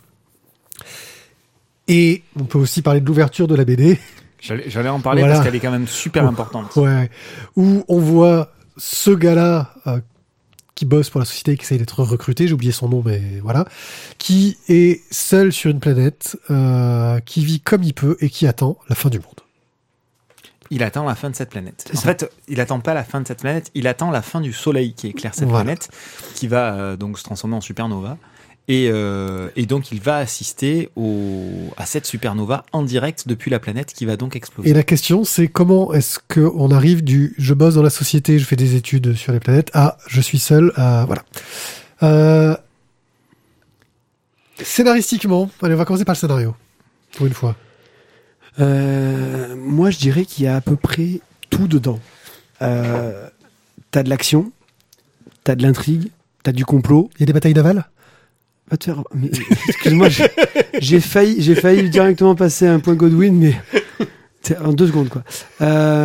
A: Et on peut aussi parler de l'ouverture de la BD.
B: J'allais en parler
A: Voilà.
B: parce qu'elle est quand même super importante.
A: Ouais, où on voit ce gars-là qui bosse pour la société, qui essaye d'être recruté, j'ai oublié son nom, mais voilà, qui est seul sur une planète, qui vit comme il peut et qui attend la fin du monde.
B: Il attend la fin de cette planète.
C: C'est
B: En
C: ça.
B: fait, il attend pas la fin de cette planète, il attend la fin du soleil qui éclaire cette
A: Voilà.
B: planète, qui va donc se transformer en supernova. Et donc, il va assister à cette supernova en direct depuis la planète qui va donc exploser.
A: Et la question, c'est comment est-ce qu'on arrive du « je bosse dans la société, je fais des études sur les planètes » à « je suis seul », voilà. Scénaristiquement, allez, on va commencer par le scénario, pour une fois.
C: Moi, je dirais qu'il y a à peu près tout dedans. T'as de l'action, t'as de l'intrigue, t'as du complot.
A: Il y a des batailles navales ?
C: Va te faire. Mais, excuse-moi, j'ai failli directement passer à un point Godwin, mais c'est en 2 secondes, quoi.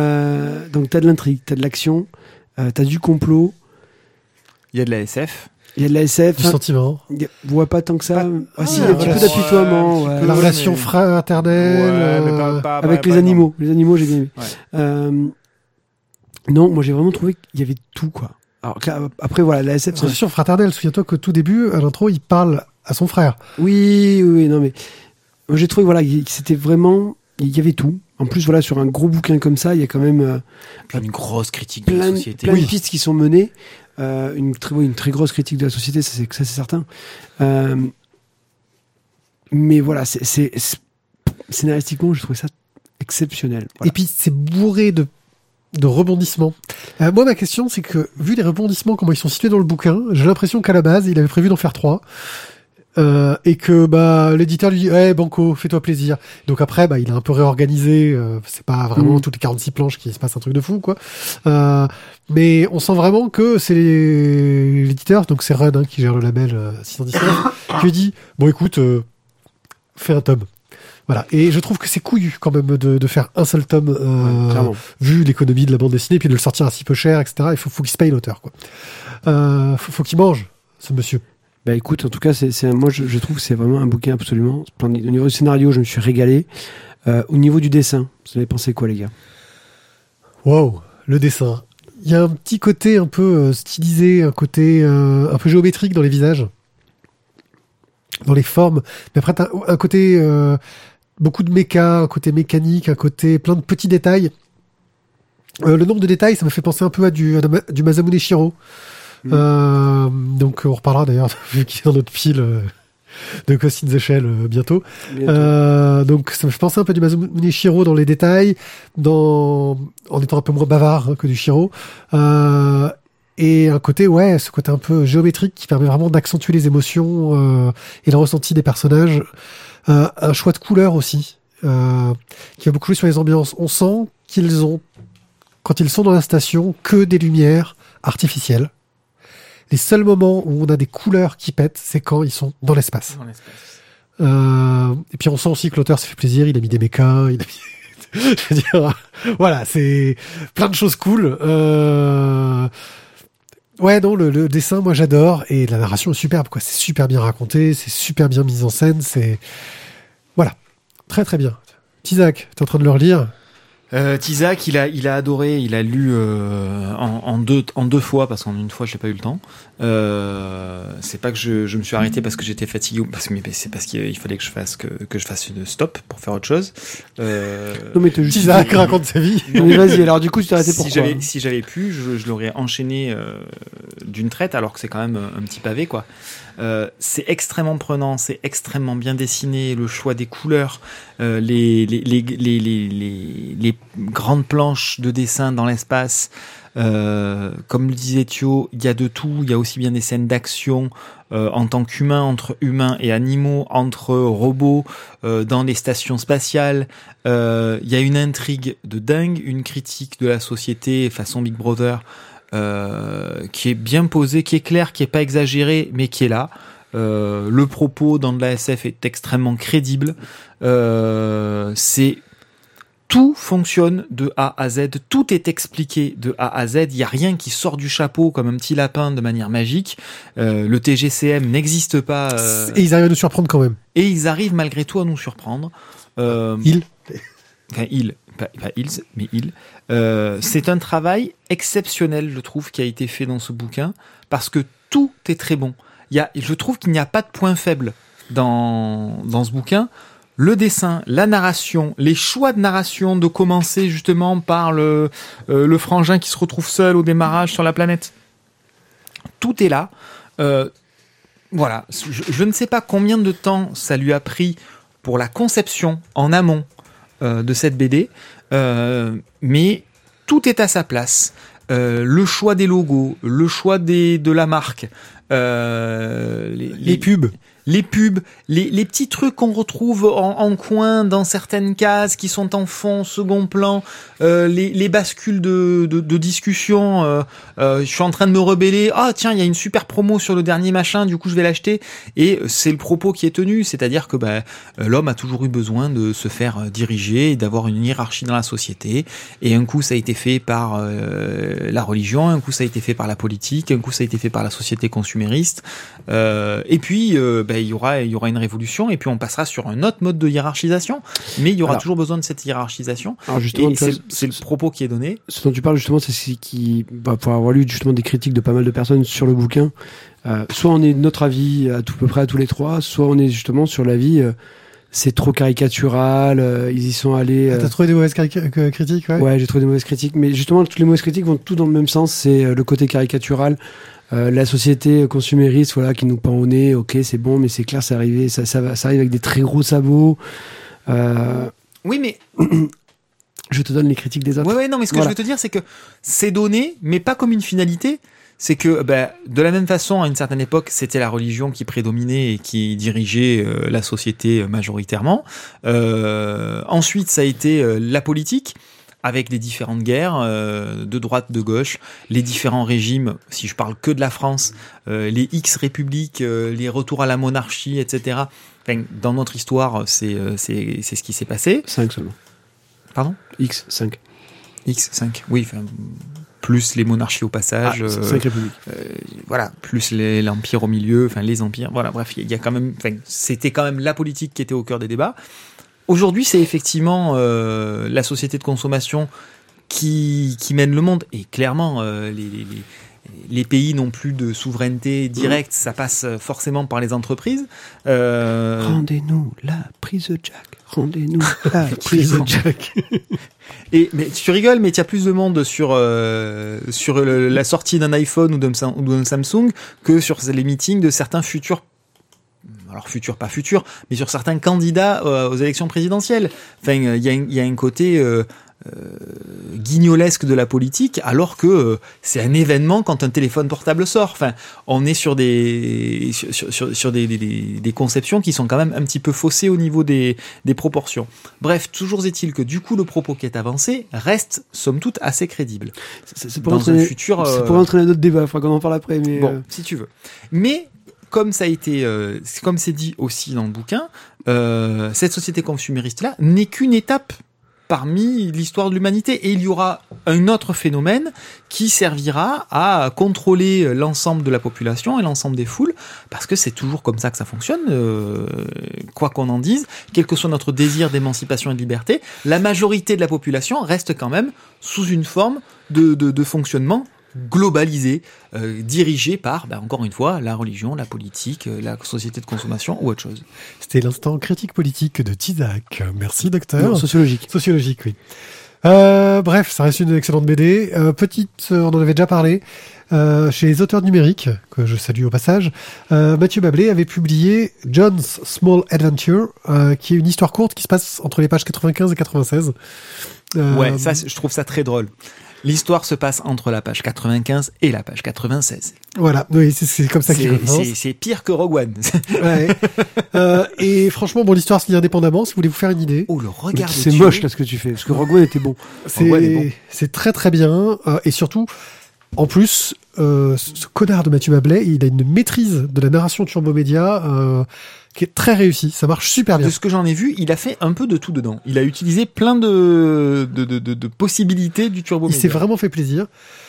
C: Donc t'as de l'intrigue, t'as de l'action, t'as du complot.
B: Il y a de la SF.
C: Il y a de la SF.
A: Du sentiment.
C: On voit pas tant que ça. Si, il y a
A: la
C: un petit peu
A: relation-
C: d'apitoiement.
B: ouais, un
C: ouais.
B: petit
A: La
B: peu,
A: relation
B: mais-
A: fraternelle.
B: Ouais, mais pas
C: Avec les
B: pas
C: animaux. Les animaux, j'ai bien aimé.
B: Ouais.
C: Non, moi j'ai vraiment trouvé qu'il y avait tout, quoi. Alors après, voilà, la SF.
A: Relation fraternelle. Souviens-toi qu'au tout début, à l'intro, il parle à son frère.
C: Oui, non mais moi j'ai trouvé voilà que c'était vraiment, il y avait tout. En plus voilà, sur un gros bouquin comme ça, il y a quand même
B: Puis une grosse critique de
C: plein,
B: la société.
C: plein de pistes qui sont menées, une très grosse critique de la société, ça c'est certain. Mais voilà, c'est scénaristiquement, je trouvais ça exceptionnel. Voilà.
A: Et puis, c'est bourré de rebondissements. Moi, ma question, c'est que, vu les rebondissements, comment ils sont situés dans le bouquin, j'ai l'impression qu'à la base, il avait prévu d'en faire 3. Et que l'éditeur lui dit Banco, fais-toi plaisir. Donc après il a un peu réorganisé, c'est pas vraiment toutes les 46 planches qui se passe un truc de fou quoi. Mais on sent vraiment que c'est l'éditeur, donc c'est Run qui gère le label 619, qui lui dit bon écoute, fais un tome. Voilà, et je trouve que c'est couillu quand même de faire un seul tome, vu l'économie de la bande dessinée, puis de le sortir à si peu cher, etc. Il faut qu'il se paye l'auteur quoi. Faut qu'il mange ce monsieur.
C: Bah écoute, en tout cas, moi je trouve que c'est vraiment un bouquin absolument splendide. Au niveau du scénario, je me suis régalé. Au niveau du dessin, vous avez pensé quoi, les gars?
A: Wow, le dessin. Il y a un petit côté un peu stylisé, un côté un peu géométrique dans les visages, dans les formes. Mais après, t'as un côté beaucoup de méca, un côté mécanique, un côté plein de petits détails. Le nombre de détails, ça me fait penser un peu à du Masamune Shirow. Donc on reparlera d'ailleurs vu qu'il est dans notre pile de Ghost in the Shell bientôt. Donc ça me fait penser un peu du Masamune Shirow dans les détails, en étant un peu moins bavard que du Shirow, et un côté ce côté un peu géométrique qui permet vraiment d'accentuer les émotions et le ressenti des personnages. Un choix de couleurs aussi qui va beaucoup jouer sur les ambiances. On sent qu'ils ont, quand ils sont dans la station, que des lumières artificielles. Les seuls moments où on a des couleurs qui pètent, c'est quand ils sont dans l'espace. Et puis on sent aussi que l'auteur s'est fait plaisir, il a mis des mechas, il a mis... je veux dire, voilà, c'est plein de choses cool. Ouais, non, le dessin, moi j'adore, et la narration est superbe, quoi. C'est super bien raconté, c'est super bien mis en scène, c'est... Voilà, très très bien. Tizak, t'es en train de le relire?
B: Tizak, il a adoré, il a lu en deux fois parce qu'en une fois j'ai pas eu le temps. C'est pas que je me suis arrêté parce que j'étais fatigué, mais c'est parce qu'il fallait que je fasse une stop pour faire autre chose.
C: Non mais
A: Tizak raconte sa vie.
C: Non mais vas-y, alors du coup tu t'es arrêté pourquoi?
B: Si j'avais pu, je l'aurais enchaîné d'une traite, alors que c'est quand même un petit pavé quoi. C'est extrêmement prenant, c'est extrêmement bien dessiné, le choix des couleurs, les grandes planches de dessin dans l'espace, comme le disait Thio, il y a de tout, il y a aussi bien des scènes d'action en tant qu'humain, entre humains et animaux, entre robots, dans les stations spatiales, il y a une intrigue de dingue, une critique de la société façon Big Brother, qui est bien posé, qui est clair, qui est pas exagéré, mais qui est là. Le propos dans de la SF est extrêmement crédible. Tout fonctionne de A à Z, tout est expliqué de A à Z. Il y a rien qui sort du chapeau comme un petit lapin de manière magique. Le TGCM n'existe pas.
A: Et ils arrivent à nous surprendre quand même.
B: Et ils arrivent malgré tout à nous surprendre. C'est un travail exceptionnel, je trouve, qui a été fait dans ce bouquin, parce que tout est très bon. Je trouve qu'il n'y a pas de point faible dans ce bouquin. Le dessin, la narration, les choix de narration, de commencer justement par le frangin qui se retrouve seul au démarrage sur la planète. Tout est là. Voilà. Je ne sais pas combien de temps ça lui a pris pour la conception en amont de cette BD, mais tout est à sa place. Le choix des logos, le choix de la marque,
A: les pubs.
B: les pubs, les petits trucs qu'on retrouve en coin dans certaines cases qui sont en fond, second plan, les bascules de discussion. Je suis en train de me rebeller. Ah tiens, il y a une super promo sur le dernier machin, du coup je vais l'acheter. Et c'est le propos qui est tenu, c'est-à-dire que l'homme a toujours eu besoin de se faire diriger et d'avoir une hiérarchie dans la société. Et un coup ça a été fait par la religion, un coup ça a été fait par la politique, un coup ça a été fait par la société consumériste. Et puis il y aura une révolution et puis on passera sur un autre mode de hiérarchisation, mais il y aura toujours besoin de cette hiérarchisation.
C: Alors justement,
B: c'est le propos qui est donné.
C: Ce dont tu parles justement, c'est ce qui, pour avoir lu justement des critiques de pas mal de personnes sur le bouquin, soit on est de notre avis à peu près à tous les trois, soit on est justement sur l'avis c'est trop caricatural, ils y sont allés.
A: T'as trouvé des mauvaises critiques, ouais.
C: Ouais, j'ai trouvé des mauvaises critiques, mais justement toutes les mauvaises critiques vont tout dans le même sens, c'est le côté caricatural. La société consumériste, voilà, qui nous pend au nez. Ok, c'est bon, mais c'est clair, ça arrive avec des très gros sabots.
B: Oui, mais
C: je te donne les critiques des autres.
B: Ouais, non, mais ce que je veux te dire, c'est que c'est donné, mais pas comme une finalité. C'est que, de la même façon, à une certaine époque, c'était la religion qui prédominait et qui dirigeait la société majoritairement. Ensuite, ça a été la politique, avec les différentes guerres, de droite, de gauche, les différents régimes, si je parle que de la France, les X-républiques, les retours à la monarchie, etc. Enfin, dans notre histoire, c'est ce qui s'est passé.
C: 5 seulement.
B: Pardon ?
C: X5.
B: X5, oui, enfin... plus les monarchies au passage,
C: 5 républiques.
B: Voilà, plus l'empire au milieu, enfin les empires, voilà, bref, il y a quand même, c'était quand même la politique qui était au cœur des débats. Aujourd'hui, c'est effectivement la société de consommation qui mène le monde, et clairement, les pays n'ont plus de souveraineté directe, ça passe forcément par les entreprises.
C: Rendez-nous la prise de Jack. Rendez-nous la prise de Jack.
B: Mais tu rigoles, mais il y a plus de monde sur la sortie d'un iPhone ou d'un Samsung que sur les meetings de certains futurs. Alors pas futurs, mais sur certains candidats aux élections présidentielles. Enfin, il y a un côté guignolesque de la politique, alors que c'est un événement quand un téléphone portable sort. Enfin, on est sur des conceptions qui sont quand même un petit peu faussées au niveau des proportions. Bref, toujours est-il que du coup le propos qui est avancé reste somme toute assez crédible.
C: C'est pour entraîner d'autres débats, il faudra qu'on en parle après. Mais
B: bon, si tu veux. Mais comme ça a été, comme c'est dit aussi dans le bouquin, cette société consumériste-là n'est qu'une étape parmi l'histoire de l'humanité. Et il y aura un autre phénomène qui servira à contrôler l'ensemble de la population et l'ensemble des foules, parce que c'est toujours comme ça que ça fonctionne, quoi qu'on en dise, quel que soit notre désir d'émancipation et de liberté, la majorité de la population reste quand même sous une forme de fonctionnement globalisé, dirigé par, encore une fois, la religion, la politique, la société de consommation ou autre chose.
A: C'était l'instant critique politique de Tizak. Merci, docteur.
C: Non, sociologique.
A: Sociologique, oui. Bref, ça reste une excellente BD. On en avait déjà parlé, chez les auteurs numériques, que je salue au passage, Mathieu Bablé avait publié John's Small Adventure, qui est une histoire courte qui se passe entre les pages 95 et 96.
B: Ouais, ça, je trouve ça très drôle. L'histoire se passe entre la page 95 et la page 96.
A: Voilà, oui, c'est comme ça qu'il commence.
B: C'est pire que Rogue One.
A: Ouais. Et franchement, l'histoire se lit indépendamment, si vous voulez vous faire une idée.
B: Oh, le regard.
C: C'est moche là ce que tu fais, parce que Rogue One était bon.
A: C'est très très bien, et surtout, en plus, ce connard de Mathieu Bablé, il a une maîtrise de la narration Turbo Média qui est très réussie. Ça marche super bien.
B: De ce que j'en ai vu, il a fait un peu de tout dedans. Il a utilisé plein de possibilités du Turbo Média.
A: Il s'est vraiment fait plaisir.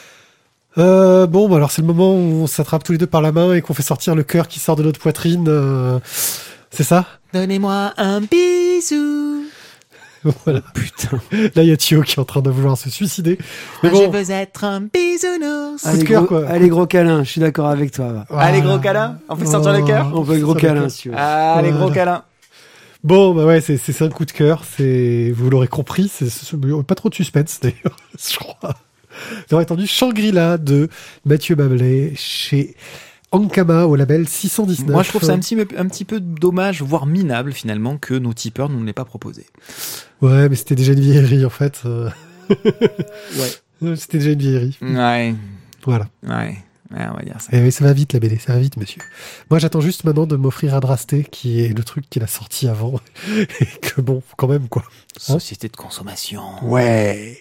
A: Alors c'est le moment où on s'attrape tous les deux par la main et qu'on fait sortir le cœur qui sort de notre poitrine. C'est ça ?
B: Donnez-moi un bisou.
A: Voilà.
C: Oh, putain.
A: Là, il y a Thio qui est en train de vouloir se suicider.
B: Mais bon. Je veux être un bisounours.
C: Allez, gros câlin, je suis d'accord avec toi.
B: Voilà. Allez, gros câlin. On fait sortir le cœur.
C: On veut gros câlin, si tu veux.
B: Allez, gros câlin.
A: Bon, ouais, c'est un coup de cœur. Vous l'aurez compris, pas trop de suspense d'ailleurs, je crois. Vous aurez entendu Shangri-La de Mathieu Bablé chez Ankama au label 619.
B: Moi, je trouve ça un petit peu dommage, voire minable finalement, que nos tipeurs ne nous l'aient pas proposé.
A: Ouais, mais c'était déjà une vieillerie en fait.
B: Ouais.
A: C'était déjà une vieillerie.
B: Ouais.
A: Voilà.
B: Ouais. Ouais, on va dire ça.
A: Eh oui, ça va vite la BD, ça va vite, monsieur. Moi, j'attends juste maintenant de m'offrir Adrasté, qui est le truc qu'il a sorti avant. Et que bon, quand même, quoi.
B: Société de consommation.
A: Ouais.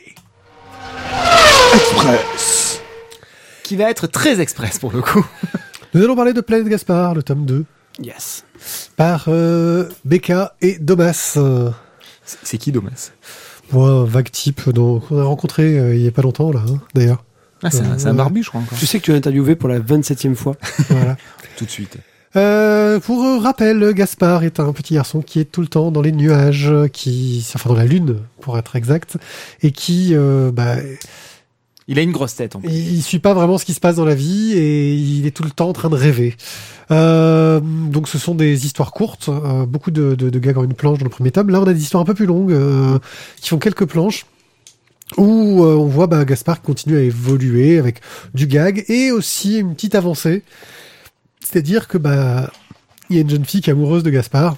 C: Express.
B: Qui va être très express pour le coup.
A: Nous allons parler de Planète Gaspard, le tome 2,
C: Yes.
A: par Becca et Domas.
B: C'est qui Domas?
A: Un vague type qu'on a rencontré il y a pas longtemps, là, hein, d'ailleurs.
B: Ah, c'est un barbu, je crois encore.
C: Tu sais que tu l'as interviewé pour la 27e fois.
A: Voilà.
B: Tout de suite.
A: Pour rappel, Gaspard est un petit garçon qui est tout le temps dans les nuages, enfin dans la lune, pour être exact, et qui,
B: Il a une grosse tête en plus.
A: il suit pas vraiment ce qui se passe dans la vie et il est tout le temps en train de rêver. Donc ce sont des histoires courtes, beaucoup de gags en une planche dans le premier tome. Là, on a des histoires un peu plus longues qui font quelques planches où on voit Gaspard qui continue à évoluer avec du gag et aussi une petite avancée. C'est-à-dire que il y a une jeune fille qui est amoureuse de Gaspard.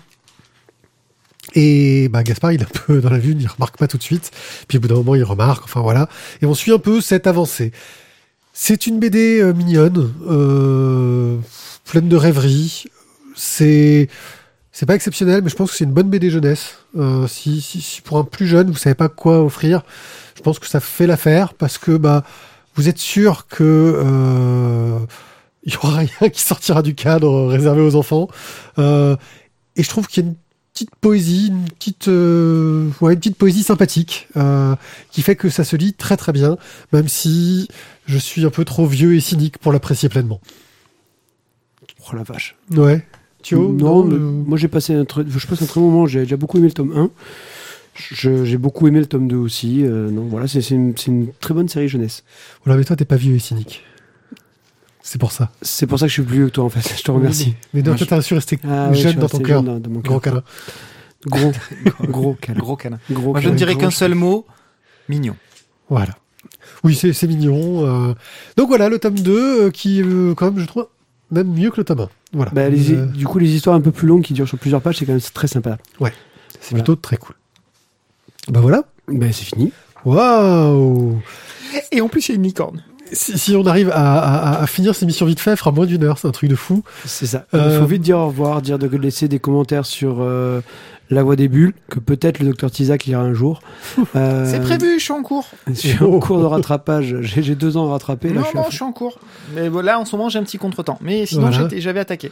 A: Et Gaspard, il est un peu dans la lune, il remarque pas tout de suite. Puis au bout d'un moment, il remarque. Enfin voilà. Et on suit un peu cette avancée. C'est une BD mignonne, pleine de rêveries. C'est pas exceptionnel, mais je pense que c'est une bonne BD jeunesse. Si pour un plus jeune, vous savez pas quoi offrir, je pense que ça fait l'affaire parce que vous êtes sûr que il y aura rien qui sortira du cadre réservé aux enfants. Et je trouve qu'il y a une petite poésie, une petite poésie sympathique qui fait que ça se lit très très bien, même si je suis un peu trop vieux et cynique pour l'apprécier pleinement.
C: Oh la vache.
A: Ouais. Thio,
C: Non, mais moi j'ai passé je passe un très bon moment. J'ai déjà beaucoup aimé le tome 1. J'ai beaucoup aimé le tome 2 aussi. Non, voilà, c'est une très bonne série jeunesse.
A: Voilà, mais toi t'es pas vieux et cynique. C'est pour ça.
C: C'est pour ça que je suis plus vieux que toi en fait. Je te remercie.
A: Mais non, toi t'as su rester jeune dans ton cœur. Gros câlin.
C: Gros câlin.
B: Gros câlin.
C: Gros
B: Moi, je ne dirais qu'un seul mot. Mignon.
A: Voilà. Oui, c'est mignon. Donc voilà, le tome 2 qui, quand même, je trouve même mieux que le tome 1. Voilà.
C: Du coup, les histoires un peu plus longues qui durent sur plusieurs pages, c'est quand même très sympa.
A: Ouais. C'est plutôt très cool. Voilà.
C: C'est fini.
A: Waouh!
B: Et en plus, il y a une licorne.
A: Si on arrive à finir cette émission vite fait, elle fera moins d'1 heure, c'est un truc de fou.
C: C'est ça. Il faut vite dire au revoir, de laisser des commentaires sur La Voix des Bulles, que peut-être le Dr Tizak lira un jour.
B: C'est prévu, je suis en cours.
C: Je suis en cours de rattrapage. J'ai 2 ans à rattraper.
B: Non, je suis en cours. Mais là, en ce moment, j'ai un petit contretemps. Mais sinon, j'avais attaqué.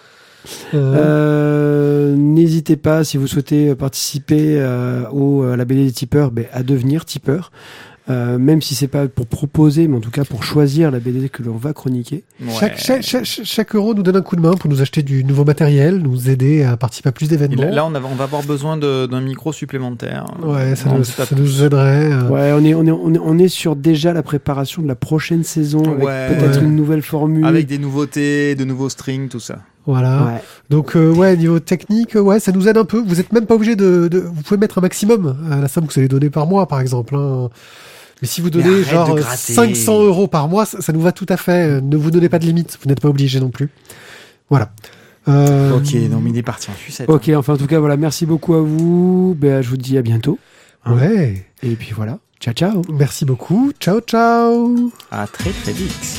C: N'hésitez pas, si vous souhaitez participer à la BD des tipeurs, à devenir tipeur. Même si c'est pas pour proposer, mais en tout cas pour choisir la BD que l'on va chroniquer.
A: Ouais. Chaque euro nous donne un coup de main pour nous acheter du nouveau matériel, nous aider à participer à plus d'événements.
B: Là, on va avoir besoin d'un micro supplémentaire.
A: Ouais, ça nous aiderait.
C: Ouais, on est sur déjà la préparation de la prochaine saison, avec peut-être une nouvelle formule.
B: Avec des nouveautés, de nouveaux strings, tout ça.
A: Voilà. Ouais. Donc, niveau technique, ça nous aide un peu. Vous êtes même pas obligé vous pouvez mettre un maximum à la somme que vous allez donner par mois, par exemple, hein. Mais si vous donnez 500 euros par mois, ça nous va tout à fait. Ne vous donnez pas de limite. Vous n'êtes pas obligé non plus. Voilà.
B: Ok, donc il est parti en sucette.
C: Ok, enfin en tout cas, voilà. Merci beaucoup à vous. Je vous dis à bientôt.
A: Ouais.
C: Et puis voilà. Ciao, ciao.
A: Merci beaucoup. Ciao, ciao.
B: À très très vite.